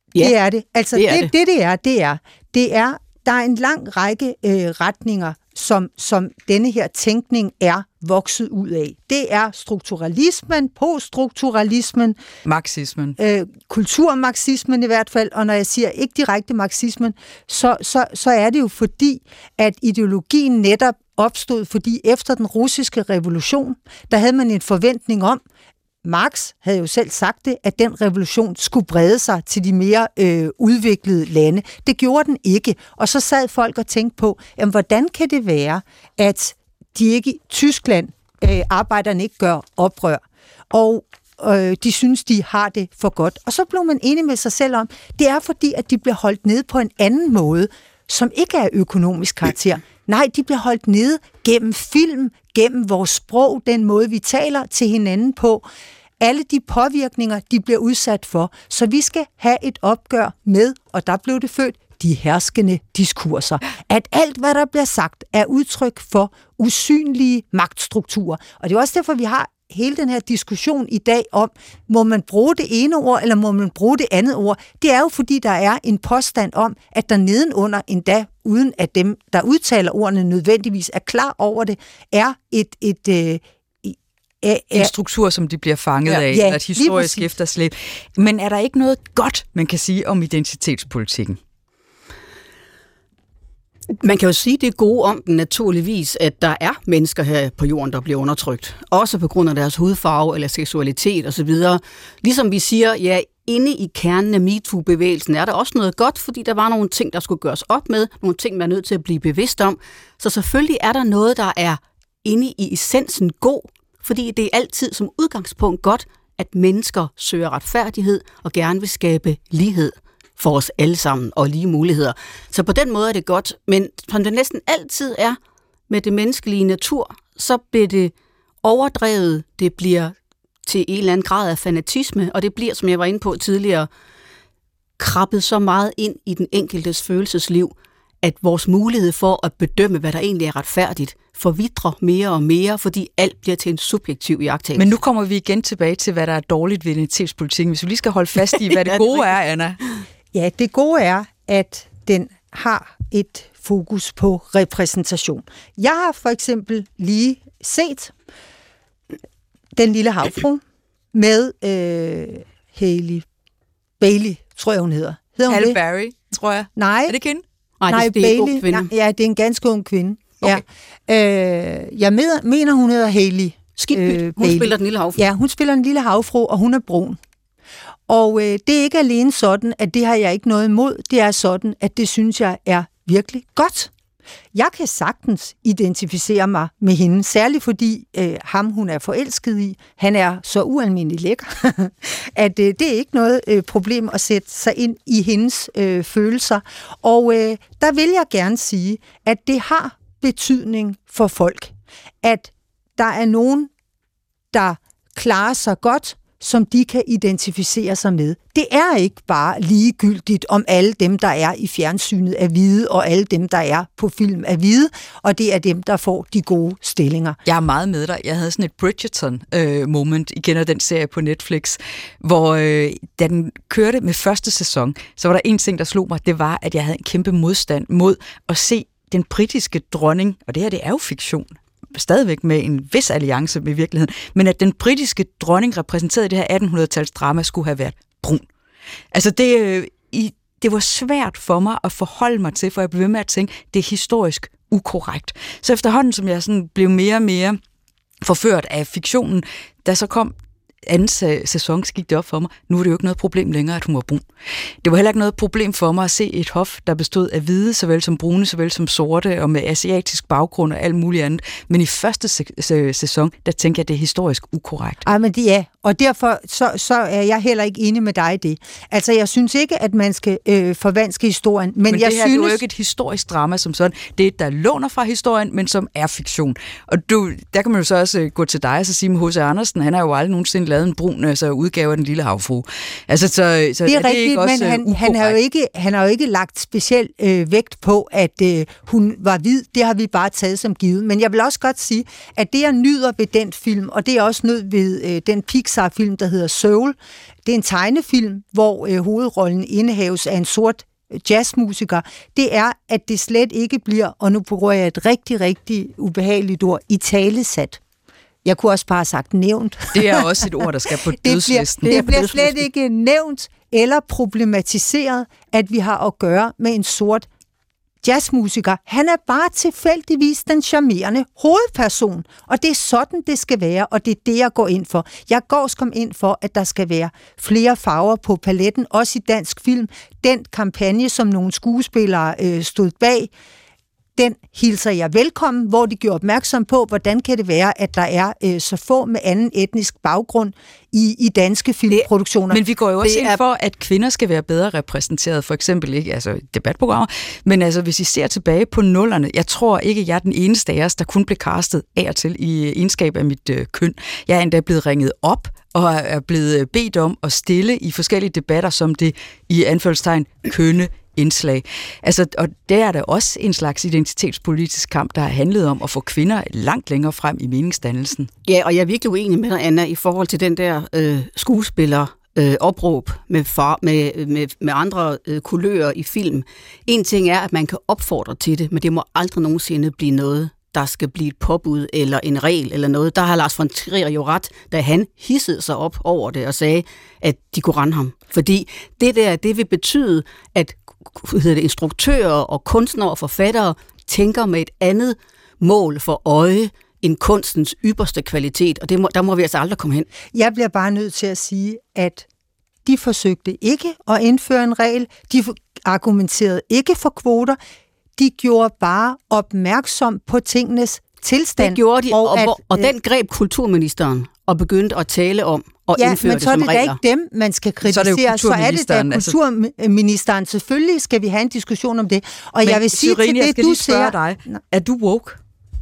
D: Ja, det er det. Altså,
A: det, er
D: det,
A: det.
D: det, det er, det er, det er, der er en lang række øh, retninger, som, som denne her tænkning er vokset ud af. Det er strukturalismen, poststrukturalismen,
B: marxismen,
D: øh, kulturmarxismen i hvert fald, og når jeg siger ikke direkte marxismen, så, så, så er det jo fordi, at ideologien netop opstod, fordi efter den russiske revolution, der havde man en forventning om, Marx havde jo selv sagt det, at den revolution skulle brede sig til de mere øh, udviklede lande. Det gjorde den ikke. Og så sad folk og tænkte på, jamen, hvordan kan det være, at de ikke i Tyskland, øh, arbejderne ikke gør oprør, og øh, de synes, de har det for godt. Og så blev man enig med sig selv om, det er fordi, at de bliver holdt nede på en anden måde, som ikke er økonomisk karakter. Nej, de bliver holdt nede gennem film, gennem vores sprog, den måde, vi taler til hinanden på. Alle de påvirkninger, de bliver udsat for. Så vi skal have et opgør med, og der blev det født, de herskende diskurser. At alt, hvad der bliver sagt, er udtryk for usynlige magtstrukturer. Og det er også derfor, vi har hele den her diskussion i dag om, må man bruge det ene ord, eller må man bruge det andet ord? Det er jo, fordi der er en påstand om, at der nedenunder endda, uden at dem, der udtaler ordene nødvendigvis er klar over det, er et... et øh,
B: er, en struktur, som de bliver fanget ja. af,
D: ja,
B: et historisk efterslæb. Men er der ikke noget godt, man kan sige om identitetspolitikken?
A: Man kan jo sige det gode om den naturligvis, at der er mennesker her på jorden, der bliver undertrykt. Også på grund af deres hudfarve eller seksualitet osv. Ligesom vi siger, ja, inde i kernen af MeToo-bevægelsen er der også noget godt, fordi der var nogle ting, der skulle gøres op med, nogle ting, man er nødt til at blive bevidst om. Så selvfølgelig er der noget, der er inde i essensen god, fordi det er altid som udgangspunkt godt, at mennesker søger retfærdighed og gerne vil skabe lighed for os alle sammen og lige muligheder. Så på den måde er det godt, men som det næsten altid er med det menneskelige natur, så bliver det overdrevet, det bliver til en eller anden grad af fanatisme, og det bliver, som jeg var inde på tidligere, krabbet så meget ind i den enkeltes følelsesliv, at vores mulighed for at bedømme, hvad der egentlig er retfærdigt, forvitrer mere og mere, fordi alt bliver til en subjektiv iagttagelse.
B: Men nu kommer vi igen tilbage til, hvad der er dårligt ved identitetspolitikken. Hvis vi lige skal holde fast i, hvad det gode er, Anna.
D: Ja, det gode er, at den har et fokus på repræsentation. Jeg har for eksempel lige set Den lille havfru med øh, Hailey Bailey, tror jeg hun hedder. hedder hun
B: Halle
D: det?
B: Berry, tror jeg.
D: Nej.
B: Er det kende?
A: Nej,
D: Nej,
A: det, det er en ung
D: Bailey.
A: kvinde.
D: Nej, ja, det er en ganske ung kvinde.
B: Okay.
D: Ja. Øh, jeg med, mener, hun hedder Hailey.
A: Skidt pyt. Hun
D: Bailey.
A: spiller den lille havfru.
D: Ja, hun spiller en lille havfru, og hun er brun. Og øh, det er ikke alene sådan, at det har jeg ikke noget imod. Det er sådan, at det synes jeg er virkelig godt. Jeg kan sagtens identificere mig med hende, særligt fordi øh, ham, hun er forelsket i, han er så ualmindelig lækker, at øh, det er ikke noget øh, problem at sætte sig ind i hendes øh, følelser. Og øh, der vil jeg gerne sige, at det har betydning for folk, at der er nogen, der klarer sig godt, som de kan identificere sig med. Det er ikke bare ligegyldigt, om alle dem, der er i fjernsynet, er hvide, og alle dem, der er på film, er hvide, og det er dem, der får de gode stillinger.
B: Jeg er meget med dig. Jeg havde sådan et Bridgerton-moment, øh, igen af den serie på Netflix, hvor øh, da den kørte med første sæson, så var der en ting, der slog mig, det var, at jeg havde en kæmpe modstand mod at se den britiske dronning, og det her, det er jo fiktion, stadigvæk med en vis alliance med virkeligheden, men at den britiske dronning repræsenteret i det her attenhundrede-tals drama skulle have været brun. Altså det, øh, i, det var svært for mig at forholde mig til, for jeg blev ved med at tænke, det er historisk ukorrekt. Så efterhånden, som jeg sådan blev mere og mere forført af fiktionen, da så kom anden sæson, så gik det op for mig, nu er det jo ikke noget problem længere, at hun var brun. Det var heller ikke noget problem for mig at se et hof, der bestod af hvide, såvel som brune, såvel som sorte, og med asiatisk baggrund og alt muligt andet. Men i første sæson, der tænker jeg, at det er historisk ukorrekt.
D: Ej, men det er, og derfor så, så er jeg heller ikke enig med dig i det. Altså, jeg synes ikke, at man skal øh, forvanske historien, men,
B: men
D: jeg
B: det her
D: synes...
B: det er jo ikke et historisk drama som sådan. Det er et, der låner fra historien, men som er fiktion. Og du, der kan man jo så også gå til dig og så sige med H C Andersen, han har jo aldrig nogensinde lavet en brun altså, udgave af Den Lille Havfrue. Altså, så, så
D: det er,
B: er det
D: rigtigt,
B: ikke også
D: men han, han, har jo ikke, han har jo ikke lagt speciel øh, vægt på, at øh, hun var hvid. Det har vi bare taget som givet. Men jeg vil også godt sige, at det, jeg nyder ved den film, og det er også nødt ved øh, den Pixar-film, der hedder Soul, det er en tegnefilm, hvor øh, hovedrollen indehaves af en sort jazzmusiker, det er, at det slet ikke bliver, og nu bruger jeg et rigtig, rigtig ubehageligt ord, italesat. Jeg kunne også bare have sagt nævnt.
B: Det er også et ord, der skal på dødslisten.
D: Det bliver, det bliver slet ikke nævnt eller problematiseret, at vi har at gøre med en sort jazzmusiker. Han er bare tilfældigvis den charmerende hovedperson, og det er sådan, det skal være, og det er det, jeg går ind for. Jeg går kom ind for, at der skal være flere farver på paletten, også i dansk film. Den kampagne, som nogle skuespillere øh, stod bag, den hilser jeg velkommen, hvor de gjorde opmærksom på, hvordan kan det være, at der er øh, så få med anden etnisk baggrund i, i danske filmproduktioner.
B: Men vi går jo også
D: det
B: ind
D: er...
B: for, at kvinder skal være bedre repræsenteret, for eksempel ikke altså debatprogrammer, men altså hvis I ser tilbage på nullerne, jeg tror ikke, jeg er den eneste af os, der kun blev castet af og til i egenskab af mit øh, køn. Jeg er endda blevet ringet op og er blevet bedt om at stille i forskellige debatter, som det i anførselstegn kønne indslag. Altså, og der er der også en slags identitetspolitisk kamp, der har handlet om at få kvinder langt længere frem i meningsdannelsen.
A: Ja, og jeg er virkelig uenig med dig, Anna, i forhold til den der øh, skuespiller øh, opråb med, far, med, med, med andre øh, kulører i film. En ting er, at man kan opfordre til det, men det må aldrig nogensinde blive noget, der skal blive et påbud eller en regel eller noget. Der har Lars von Trier jo ret, da han hissede sig op over det og sagde, at de kunne rende ham. Fordi det der, det vil betyde, at hedder det, instruktører og kunstnere og forfattere tænker med et andet mål for øje end kunstens ypperste kvalitet, og det må, der må vi altså aldrig komme hen.
D: Jeg bliver bare nødt til at sige, at de forsøgte ikke at indføre en regel, de argumenterede ikke for kvoter, de gjorde bare opmærksom på tingenes tilstand.
A: Det gjorde de, og, og,
D: at,
A: og, og den greb kulturministeren og begyndte at tale om og
D: ja,
A: indføre det som regler.
D: Ja, men så er det da ikke dem, man skal kritisere. Så er det, så er det da kulturministeren. Selvfølgelig skal vi have en diskussion om det. Og
B: men,
D: jeg vil sige
B: Syrine,
D: til det, du siger...
B: dig, er du woke?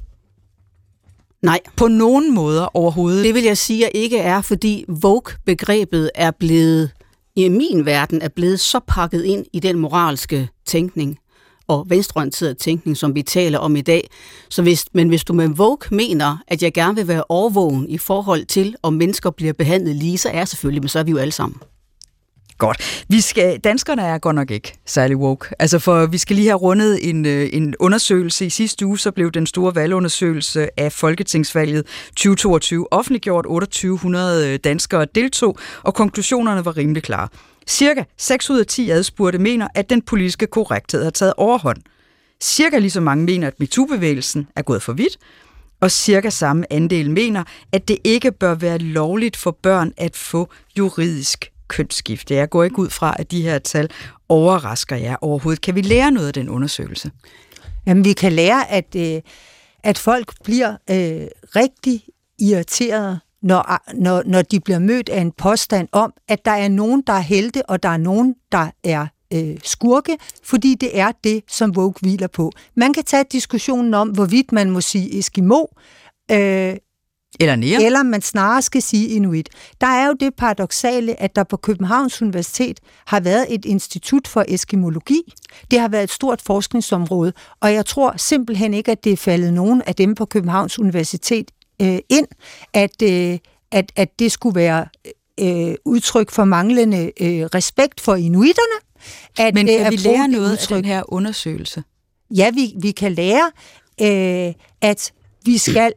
A: Nej.
B: På nogen måder overhovedet?
A: Det vil jeg sige, at ikke er, fordi woke-begrebet er blevet, i min verden, er blevet så pakket ind i den moralske tænkning og venstreorienteret tænkning, som vi taler om i dag. Så hvis, men hvis du med woke mener, at jeg gerne vil være overvågen i forhold til, om mennesker bliver behandlet lige, så er jeg selvfølgelig, men så er vi jo alle sammen.
B: Godt. Vi skal, danskerne er godt nok ikke særlig woke. Altså for vi skal lige have rundet en, en undersøgelse. I sidste uge så blev den store valgundersøgelse af Folketingsvalget tyve toogtyve offentliggjort. otteogtyve hundrede danskere deltog, og konklusionerne var rimelig klare. Cirka seks ud af ti adspurgte mener, at den politiske korrekthed har taget overhånd. Cirka lige så mange mener, at MeToo-bevægelsen er gået for vidt, og cirka samme andel mener, at det ikke bør være lovligt for børn at få juridisk kønsskifte. Jeg går ikke ud fra, at de her tal overrasker jer overhovedet. Kan vi lære noget af den undersøgelse?
D: Jamen, vi kan lære, at, øh, at folk bliver øh, rigtig irriterede, når, når, når de bliver mødt af en påstand om, at der er nogen, der er helte, og der er nogen, der er øh, skurke, fordi det er det, som woke hviler på. Man kan tage diskussionen om, hvorvidt man må sige Eskimo, øh,
B: Eller nære.
D: Eller man snarere skal sige inuit. Der er jo det paradoksale, at der på Københavns Universitet har været et institut for eskimologi. Det har været et stort forskningsområde, og jeg tror simpelthen ikke, at det er faldet nogen af dem på Københavns Universitet øh, ind, at, øh, at, at det skulle være øh, udtryk for manglende øh, respekt for inuiterne. At,
B: Men kan
D: øh,
B: vi lære noget
D: udtryk.
B: af den her undersøgelse?
D: Ja, vi, vi kan lære, øh, at vi skal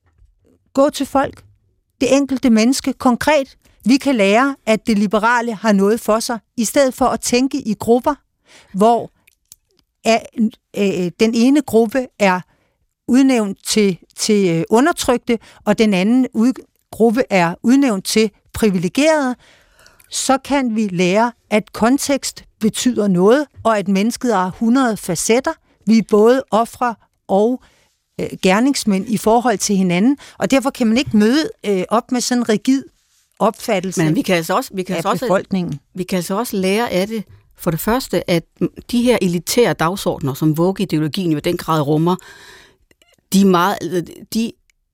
D: gå til folk, det enkelte menneske, konkret. Vi kan lære, at det liberale har noget for sig, i stedet for at tænke i grupper, hvor er, øh, den ene gruppe er udnævnt til, til undertrykte, og den anden ud, gruppe er udnævnt til privilegerede. Så kan vi lære, at kontekst betyder noget, og at mennesket har hundrede facetter. Vi er både ofre og gerningsmænd i forhold til hinanden, og derfor kan man ikke møde øh, op med sådan en rigid opfattelse.
A: Men vi kan altså også, vi kan
D: af
A: altså også,
D: befolkningen.
A: Vi kan altså også lære af det, for det første, at de her elitære dagsordner, som woke-ideologien jo i den grad rummer, de, meget, de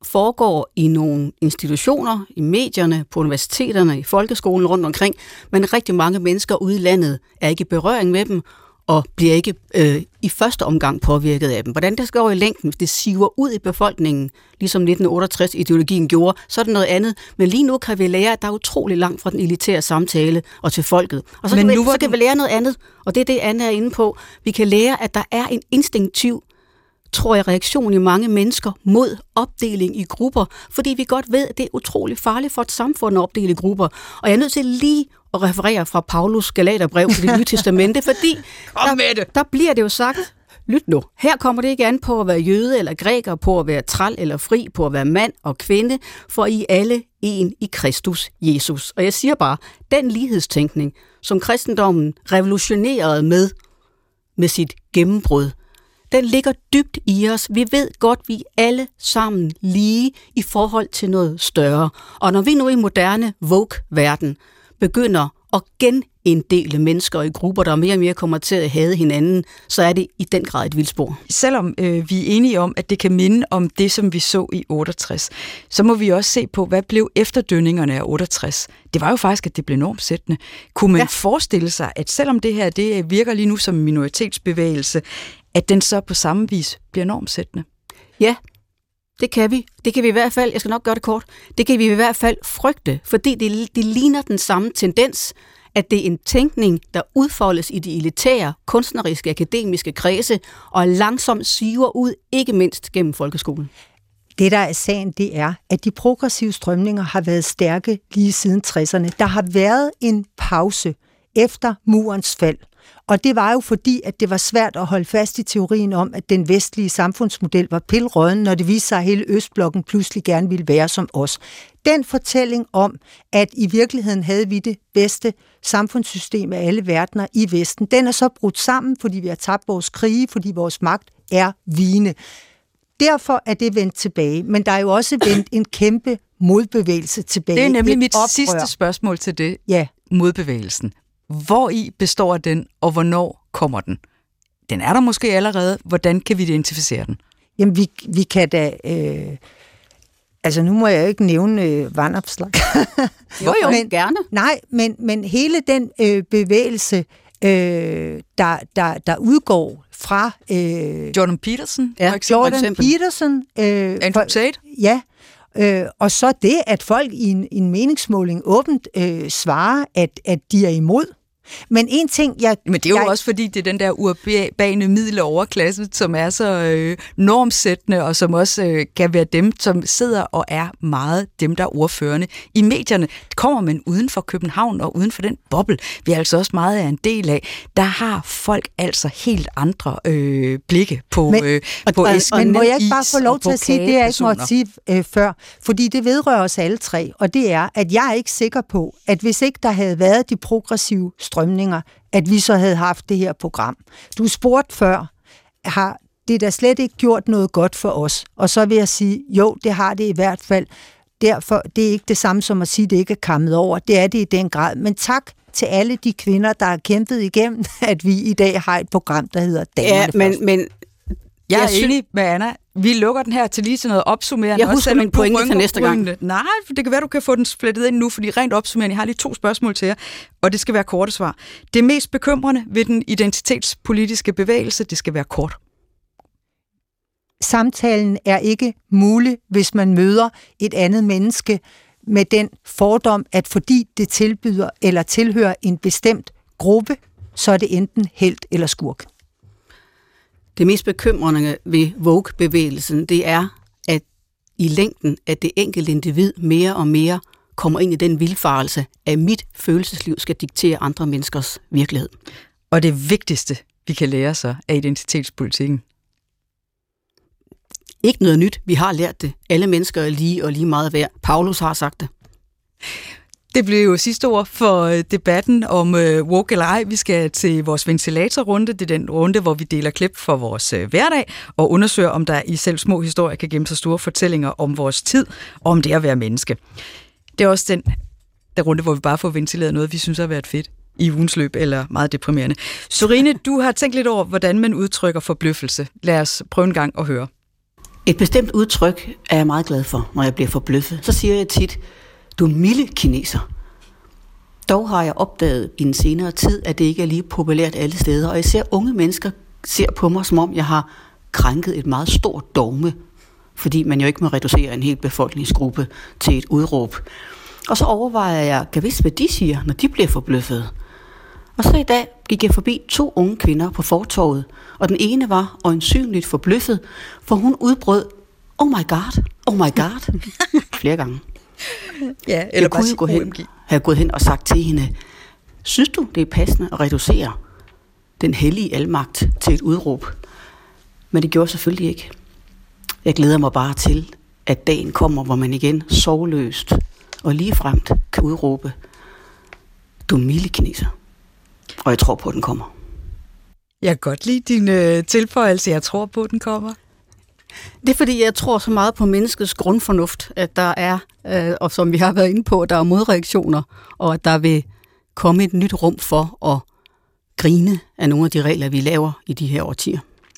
A: foregår i nogle institutioner, i medierne, på universiteterne, i folkeskolen rundt omkring, men rigtig mange mennesker ude i landet er ikke i berøring med dem, og bliver ikke øh, i første omgang påvirket af dem. Hvordan det skal gå i længden, hvis det siver ud i befolkningen, ligesom nitten otteogtres-ideologien gjorde, så er det noget andet. Men lige nu kan vi lære, at der er utrolig langt fra den elitære samtale og til folket. Og så, kan vi, så kan vi lære noget andet, og det er det, Anna er inde på. Vi kan lære, at der er en instinktiv, tror jeg, reaktion i mange mennesker mod opdeling i grupper, fordi vi godt ved, at det er utrolig farligt for et samfund at opdele grupper. Og jeg er nødt til lige at referere fra Paulus Galaterbrev til Det Nye Testamente, fordi der, der bliver det jo sagt, lyt nu, her kommer det ikke an på at være jøde eller græker, på at være træl eller fri, på at være mand og kvinde, for I alle en i Kristus Jesus. Og jeg siger bare, den lighedstænkning, som kristendommen revolutionerede med, med sit gennembrud, den ligger dybt i os. Vi ved godt, vi er alle sammen lige i forhold til noget større. Og når vi nu i moderne woke-verden begynder at geninddele mennesker i grupper, der mere og mere kommer til at hade hinanden, så er det i den grad et vildspor.
B: Selvom øh, vi er enige om, at det kan minde om det, som vi så i otteogtres, så må vi også se på, hvad blev efterdønningerne af otteogtres. Det var jo faktisk, at det blev normsættende. Kunne man ja. forestille sig, at selvom det her det virker lige nu som en minoritetsbevægelse, at den så på samme vis bliver normsættende?
A: Ja, det kan vi. Det kan vi i hvert fald, jeg skal nok gøre det kort, det kan vi i hvert fald frygte, fordi det, det ligner den samme tendens, at det er en tænkning, der udfoldes i de elitære, kunstneriske, akademiske kredse, og langsomt siver ud, ikke mindst gennem folkeskolen.
D: Det, der er sagen, det er, at de progressive strømninger har været stærke lige siden tresserne. Der har været en pause efter murens fald. Og det var jo fordi, at det var svært at holde fast i teorien om, at den vestlige samfundsmodel var pilråden, når det viste sig, at hele Østblokken pludselig gerne ville være som os. Den fortælling om, at i virkeligheden havde vi det bedste samfundssystem af alle verdener i Vesten, den er så brudt sammen, fordi vi har tabt vores krige, fordi vores magt er vigende. Derfor er det vendt tilbage, men der er jo også vendt en kæmpe modbevægelse tilbage.
B: Det er nemlig mit oprør. sidste spørgsmål til det. Ja. Modbevægelsen. Hvor i består den, og hvornår kommer den? Den er der måske allerede. Hvordan kan vi identificere den?
D: Jamen, vi, vi kan da... Øh, altså, nu må jeg jo ikke nævne øh, Vandopslag.
A: jo, jo, men, gerne.
D: Nej, men, men hele den øh, bevægelse, øh, der, der, der udgår fra... Øh,
B: Jordan Peterson,
D: ja, Jordan Peterson.
B: Øh, Andrew Tate.
D: Ja, Øh, og så det, at folk i en, en meningsmåling åbent øh, svarer, at, at de er imod. Men en ting, jeg...
B: Men det er jo
D: jeg,
B: også, fordi det er den der urbane middeloverklasse, som er så øh, normsættende, og som også øh, kan være dem, som sidder og er meget dem, der er ordførende i medierne. Kommer man uden for København og uden for den boble, vi er altså også meget af en del af, der har folk altså helt andre øh, blikke på,
D: men,
B: øh,
D: og,
B: på
D: og,
B: æsken.
D: Men må jeg ikke bare få lov til at sige det, jeg ikke måtte sige øh, før? Fordi det vedrører os alle tre, og det er, at jeg er ikke sikker på, at hvis ikke der havde været de progressive strømninger, at vi så havde haft det her program. Du spurgte før, har det da slet ikke gjort noget godt for os? Og så vil jeg sige, jo, det har det i hvert fald. Derfor, det er ikke det samme som at sige, at det ikke er kammet over. Det er det i den grad. Men tak til alle de kvinder, der har kæmpet igennem, at vi i dag har et program, der hedder Damerne
A: Ja, men, men
B: jeg er jeg enig synes... med Anna. Vi lukker den her til lige til noget opsummerende.
A: Jeg husker min pointe til næste gang.
B: Nej, for det kan være, du kan få den splittet ind nu, fordi rent opsummerende, jeg har lige to spørgsmål til jer, og det skal være korte svar. Det mest bekymrende ved den identitetspolitiske bevægelse, det skal være kort.
D: Samtalen er ikke mulig, hvis man møder et andet menneske med den fordom, at fordi det tilbyder eller tilhører en bestemt gruppe, så er det enten helt eller skurk.
A: Det mest bekymrende ved woke-bevægelsen, det er, at i længden, at det enkelte individ mere og mere kommer ind i den vildfarelse, at mit følelsesliv skal diktere andre menneskers virkelighed.
B: Og det vigtigste, vi kan lære sig af identitetspolitikken?
A: Ikke noget nyt. Vi har lært det. Alle mennesker er lige og lige meget værd. Paulus har sagt det.
B: Det blev jo sidste ord for debatten om øh, woke eller ej. Vi skal til vores ventilatorrunde. Det er den runde, hvor vi deler klip for vores øh, hverdag og undersøger, om der i selv små historier kan gemme sig store fortællinger om vores tid og om det at være menneske. Det er også den der runde, hvor vi bare får ventileret noget, vi synes har været fedt i ugens løb eller meget deprimerende. Sorine, du har tænkt lidt over, hvordan man udtrykker forbløffelse. Lad os prøve en gang at høre.
C: Et bestemt udtryk er jeg meget glad for, når jeg bliver forbløffet. Så siger jeg tit, du milde kineser. Dog har jeg opdaget i en senere tid, at det ikke er lige populært alle steder, og især unge mennesker ser på mig, som om jeg har krænket et meget stort dogme, fordi man jo ikke må reducere en hel befolkningsgruppe til et udråb. Og så overvejer jeg, kan vidst hvad de siger, når de bliver forbløffet. Og så i dag gik jeg forbi to unge kvinder på fortovet, og den ene var øjensynligt forbløffet, for hun udbrød, oh my god, oh my god, flere gange.
B: Ja, eller
C: jeg kunne
B: bare
C: gå hen, have gået hen og sagt til hende, synes du, det er passende at reducere den hellige almagt til et udråb? Men det gjorde selvfølgelig ikke. Jeg glæder mig bare til, at dagen kommer, hvor man igen sorgløst og ligefremt kan udråbe, du milde kineser. Og jeg tror på, at den kommer.
B: Jeg kan godt lide din øh, tilføjelse. Jeg tror på, at den kommer.
A: Det er fordi, jeg tror så meget på menneskets grundfornuft, at der er, øh, og som vi har været inde på, der er modreaktioner, og at der vil komme et nyt rum for at grine af nogle af de regler, vi laver i de her årtier.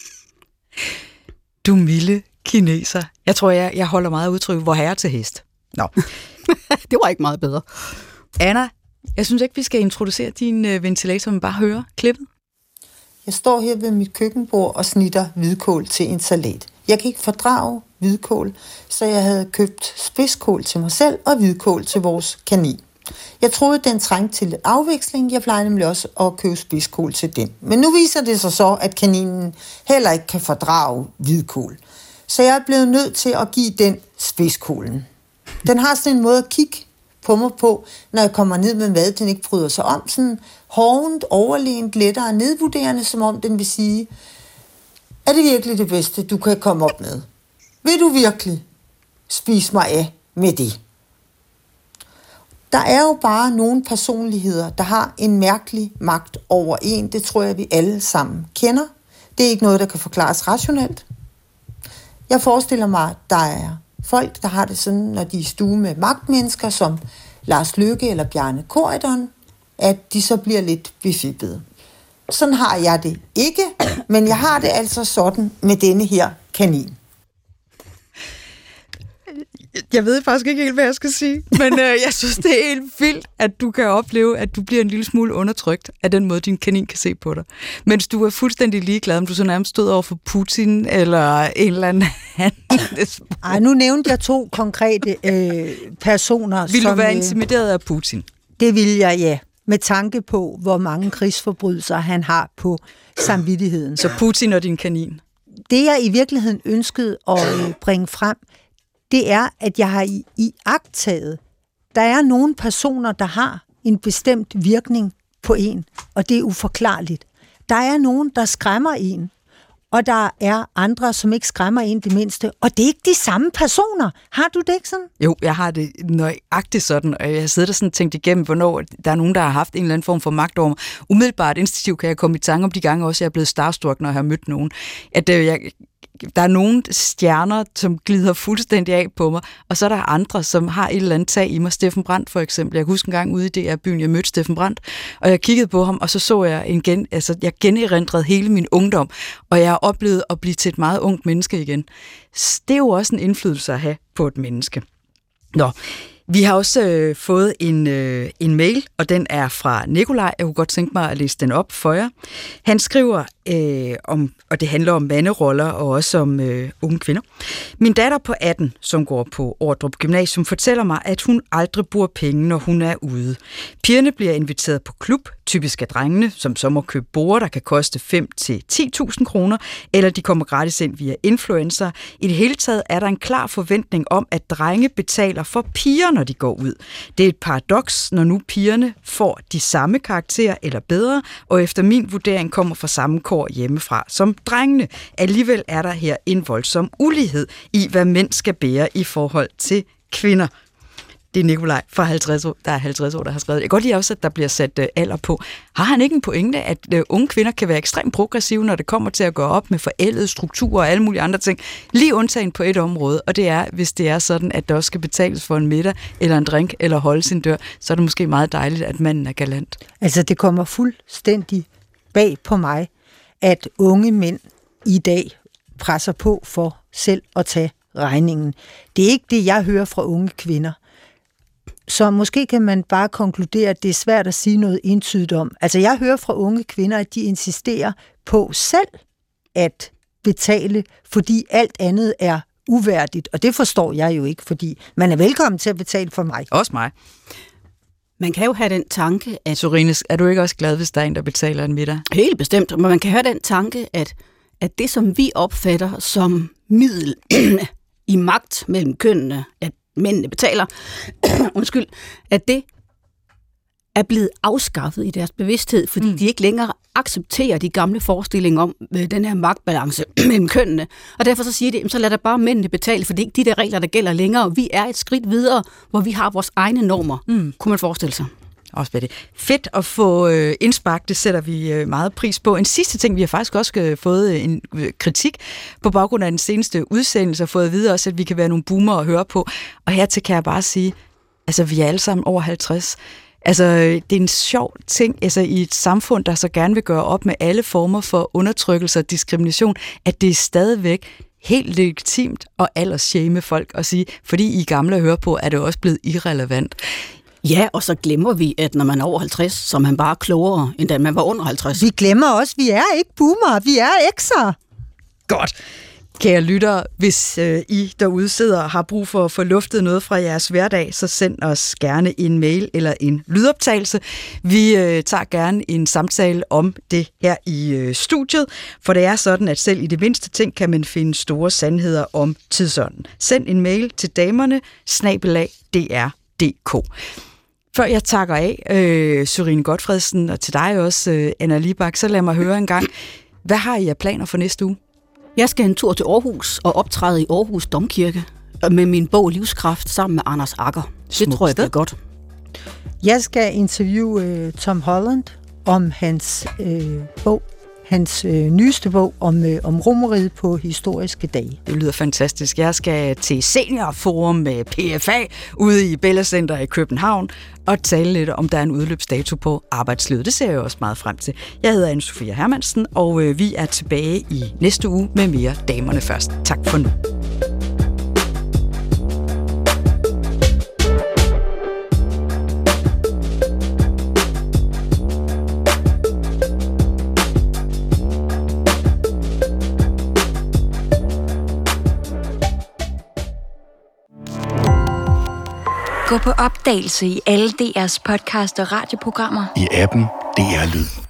B: Du milde kineser. Jeg tror, jeg, jeg holder meget udtryk, hvor herre til hest. Nå.
A: Det var ikke meget bedre.
B: Anna, jeg synes ikke, vi skal introducere din øh, ventilator, men bare høre klippet.
D: Jeg står her ved mit køkkenbord og snitter hvidkål til en salat. Jeg kan ikke fordrage hvidkål, så jeg havde købt spidskål til mig selv og hvidkål til vores kanin. Jeg troede, den trængte til lidt afveksling. Jeg plejer nemlig også at købe spidskål til den. Men nu viser det sig så, at kaninen heller ikke kan fordrage hvidkål. Så jeg er blevet nødt til at give den spidskålen. Den har sådan en måde at kigge på mig på, når jeg kommer ned med mad, den ikke bryder sig om. Sådan hovent, overlænt, lettere og nedvurderende, som om den vil sige, er det virkelig det bedste, du kan komme op med? Vil du virkelig spise mig af med det? Der er jo bare nogle personligheder, der har en mærkelig magt over en. Det tror jeg, vi alle sammen kender. Det er ikke noget, der kan forklares rationelt. Jeg forestiller mig, at der er folk, der har det sådan, når de er i stue med magtmennesker, som Lars Løkke eller Bjarne Corydon, at de så bliver lidt befippede. Sådan har jeg det ikke, men jeg har det altså sådan med denne her kanin.
B: Jeg ved faktisk ikke helt, hvad jeg skal sige, men øh, jeg synes, det er helt vildt, at du kan opleve, at du bliver en lille smule undertrykt af den måde, din kanin kan se på dig. Mens du er fuldstændig ligeglad, om du så nærmest stod over for Putin eller en eller anden.
D: Ej, nu nævnte jeg to konkrete øh, personer.
B: Vil
D: som,
B: du være intimideret af Putin?
D: Det vil jeg, ja. Med tanke på, hvor mange krigsforbrydelser han har på samvittigheden.
B: Så Putin og din kanin?
D: Det, jeg i virkeligheden ønskede at øh, bringe frem, det er, at jeg har i, i agttaget, der er nogle personer, der har en bestemt virkning på en, og det er uforklarligt. Der er nogen, der skræmmer en, og der er andre, som ikke skræmmer en det mindste, og det er ikke de samme personer. Har du det ikke sådan?
B: Jo, jeg har det nøjagtigt sådan, og jeg har siddet og sådan tænkt igennem, hvornår der er nogen, der har haft en eller anden form for magt over mig. Umiddelbart instinktivt kan jeg komme i tanke om de gange også, jeg er blevet starstruck, når jeg har mødt nogen. At øh, jeg... Der er nogle stjerner, som glider fuldstændig af på mig, og så er der andre, som har et eller andet tag i mig. Steffen Brandt for eksempel. Jeg kan huske en gang ude i D R-byen, jeg mødte Steffen Brandt, og jeg kiggede på ham, og så så jeg en gen, altså jeg generindrede hele min ungdom, og jeg har oplevet at blive til et meget ungt menneske igen. Det er jo også en indflydelse at have på et menneske. Nå. Vi har også øh, fået en, øh, en mail, og den er fra Nikolaj. Jeg kunne godt tænke mig at læse den op for jer. Han skriver øh, om, og det handler om manderoller og også om øh, unge kvinder. Min datter på atten, som går på Ordrup Gymnasium, fortæller mig, at hun aldrig bruger penge, når hun er ude. Pigerne bliver inviteret på klub, typisk af drengene, som så må købe borde, der kan koste fem til ti tusind kroner, eller de kommer gratis ind via influencer. I det hele taget er der en klar forventning om, at drenge betaler for piger, når de går ud. Det er et paradoks, når nu pigerne får de samme karakterer eller bedre, og efter min vurdering kommer fra samme kår hjemmefra som drengene. Alligevel er der her en voldsom ulighed i, hvad mænd skal bære i forhold til kvinder. Det er Nikolaj fra halvtreds år, der er halvtreds år, der har skrevet. Jeg kan godt lide også, at der bliver sat uh, alder på. Har han ikke en pointe, at uh, unge kvinder kan være ekstremt progressive, når det kommer til at gå op med forældede strukturer og alle mulige andre ting? Lige undtagen på et område, og det er, hvis det er sådan, at der også skal betales for en middag eller en drink eller holde sin dør, så er det måske meget dejligt, at manden er galant.
D: Altså, det kommer fuldstændig bag på mig, at unge mænd i dag presser på for selv at tage regningen. Det er ikke det, jeg hører fra unge kvinder. Så måske kan man bare konkludere, at det er svært at sige noget entydigt om. Altså jeg hører fra unge kvinder, at de insisterer på selv at betale, fordi alt andet er uværdigt. Og det forstår jeg jo ikke, fordi man er velkommen til at betale for mig.
B: Også mig.
A: Man kan jo have den tanke, at...
B: Sorine, er du ikke også glad, hvis der er en, der betaler en middag?
A: Helt bestemt, men man kan have den tanke, at, at det, som vi opfatter som middel i magt mellem kønnene, at mændene betaler, undskyld, at det er blevet afskaffet i deres bevidsthed, fordi mm. de ikke længere accepterer de gamle forestillinger om øh, den her magtbalance mellem kønnene. Og derfor så siger de, så lad da bare mændene betale, for det er ikke de der regler, der gælder længere. Vi er et skridt videre, hvor vi har vores egne normer, mm. kunne man forestille sig.
B: Også ved det. Fedt at få øh, indspark, det sætter vi øh, meget pris på. En sidste ting, vi har faktisk også øh, fået en øh, kritik på baggrund af den seneste udsendelse, og fået at vide også, at vi kan være nogle boomer at høre på. Og hertil kan jeg bare sige, altså vi er alle sammen over halvtreds. Altså, det er en sjov ting altså, i et samfund, der så gerne vil gøre op med alle former for undertrykkelse og diskrimination, at det er stadigvæk helt legitimt at aldershame folk og sige, fordi I er gamle at høre på, er det også blevet irrelevant.
A: Ja, og så glemmer vi, at når man er over halvtreds, så er man bare klogere, end da man var under halvtreds.
D: Vi glemmer også, vi er ikke boomer, vi er ekser.
B: Godt. Kære lyttere, hvis øh, I derude sidder og har brug for at få luftet noget fra jeres hverdag, så send os gerne en mail eller en lydoptagelse. Vi øh, tager gerne en samtale om det her i øh, studiet, for det er sådan, at selv i det mindste ting kan man finde store sandheder om tidsånden. Send en mail til damerne snabel-a d r punktum d k. Før jeg takker af, øh, Sorine Gotfredsen, og til dig også, øh, Anna Libak, så lad mig høre en gang, hvad har I af planer for næste uge?
A: Jeg skal en tur til Aarhus og optræde i Aarhus Domkirke med min bog Livskraft sammen med Anders Agger. Det tror jeg bliver godt.
D: Jeg skal interviewe uh, Tom Holland om hans øh, bog, hans øh, nyeste bog om, øh, om Romeriet på historiske dage.
B: Det lyder fantastisk. Jeg skal til Seniorforum med P F A ude i Bella Center i København og tale lidt om, der er en udløbsdato på arbejdslivet. Det ser jeg også meget frem til. Jeg hedder Anne-Sophia Hermansen, og øh, vi er tilbage i næste uge med mere Damerne Først. Tak for nu.
E: Gå på opdagelse i alle D R's podcast og radioprogrammer.
F: I appen D R Lyd.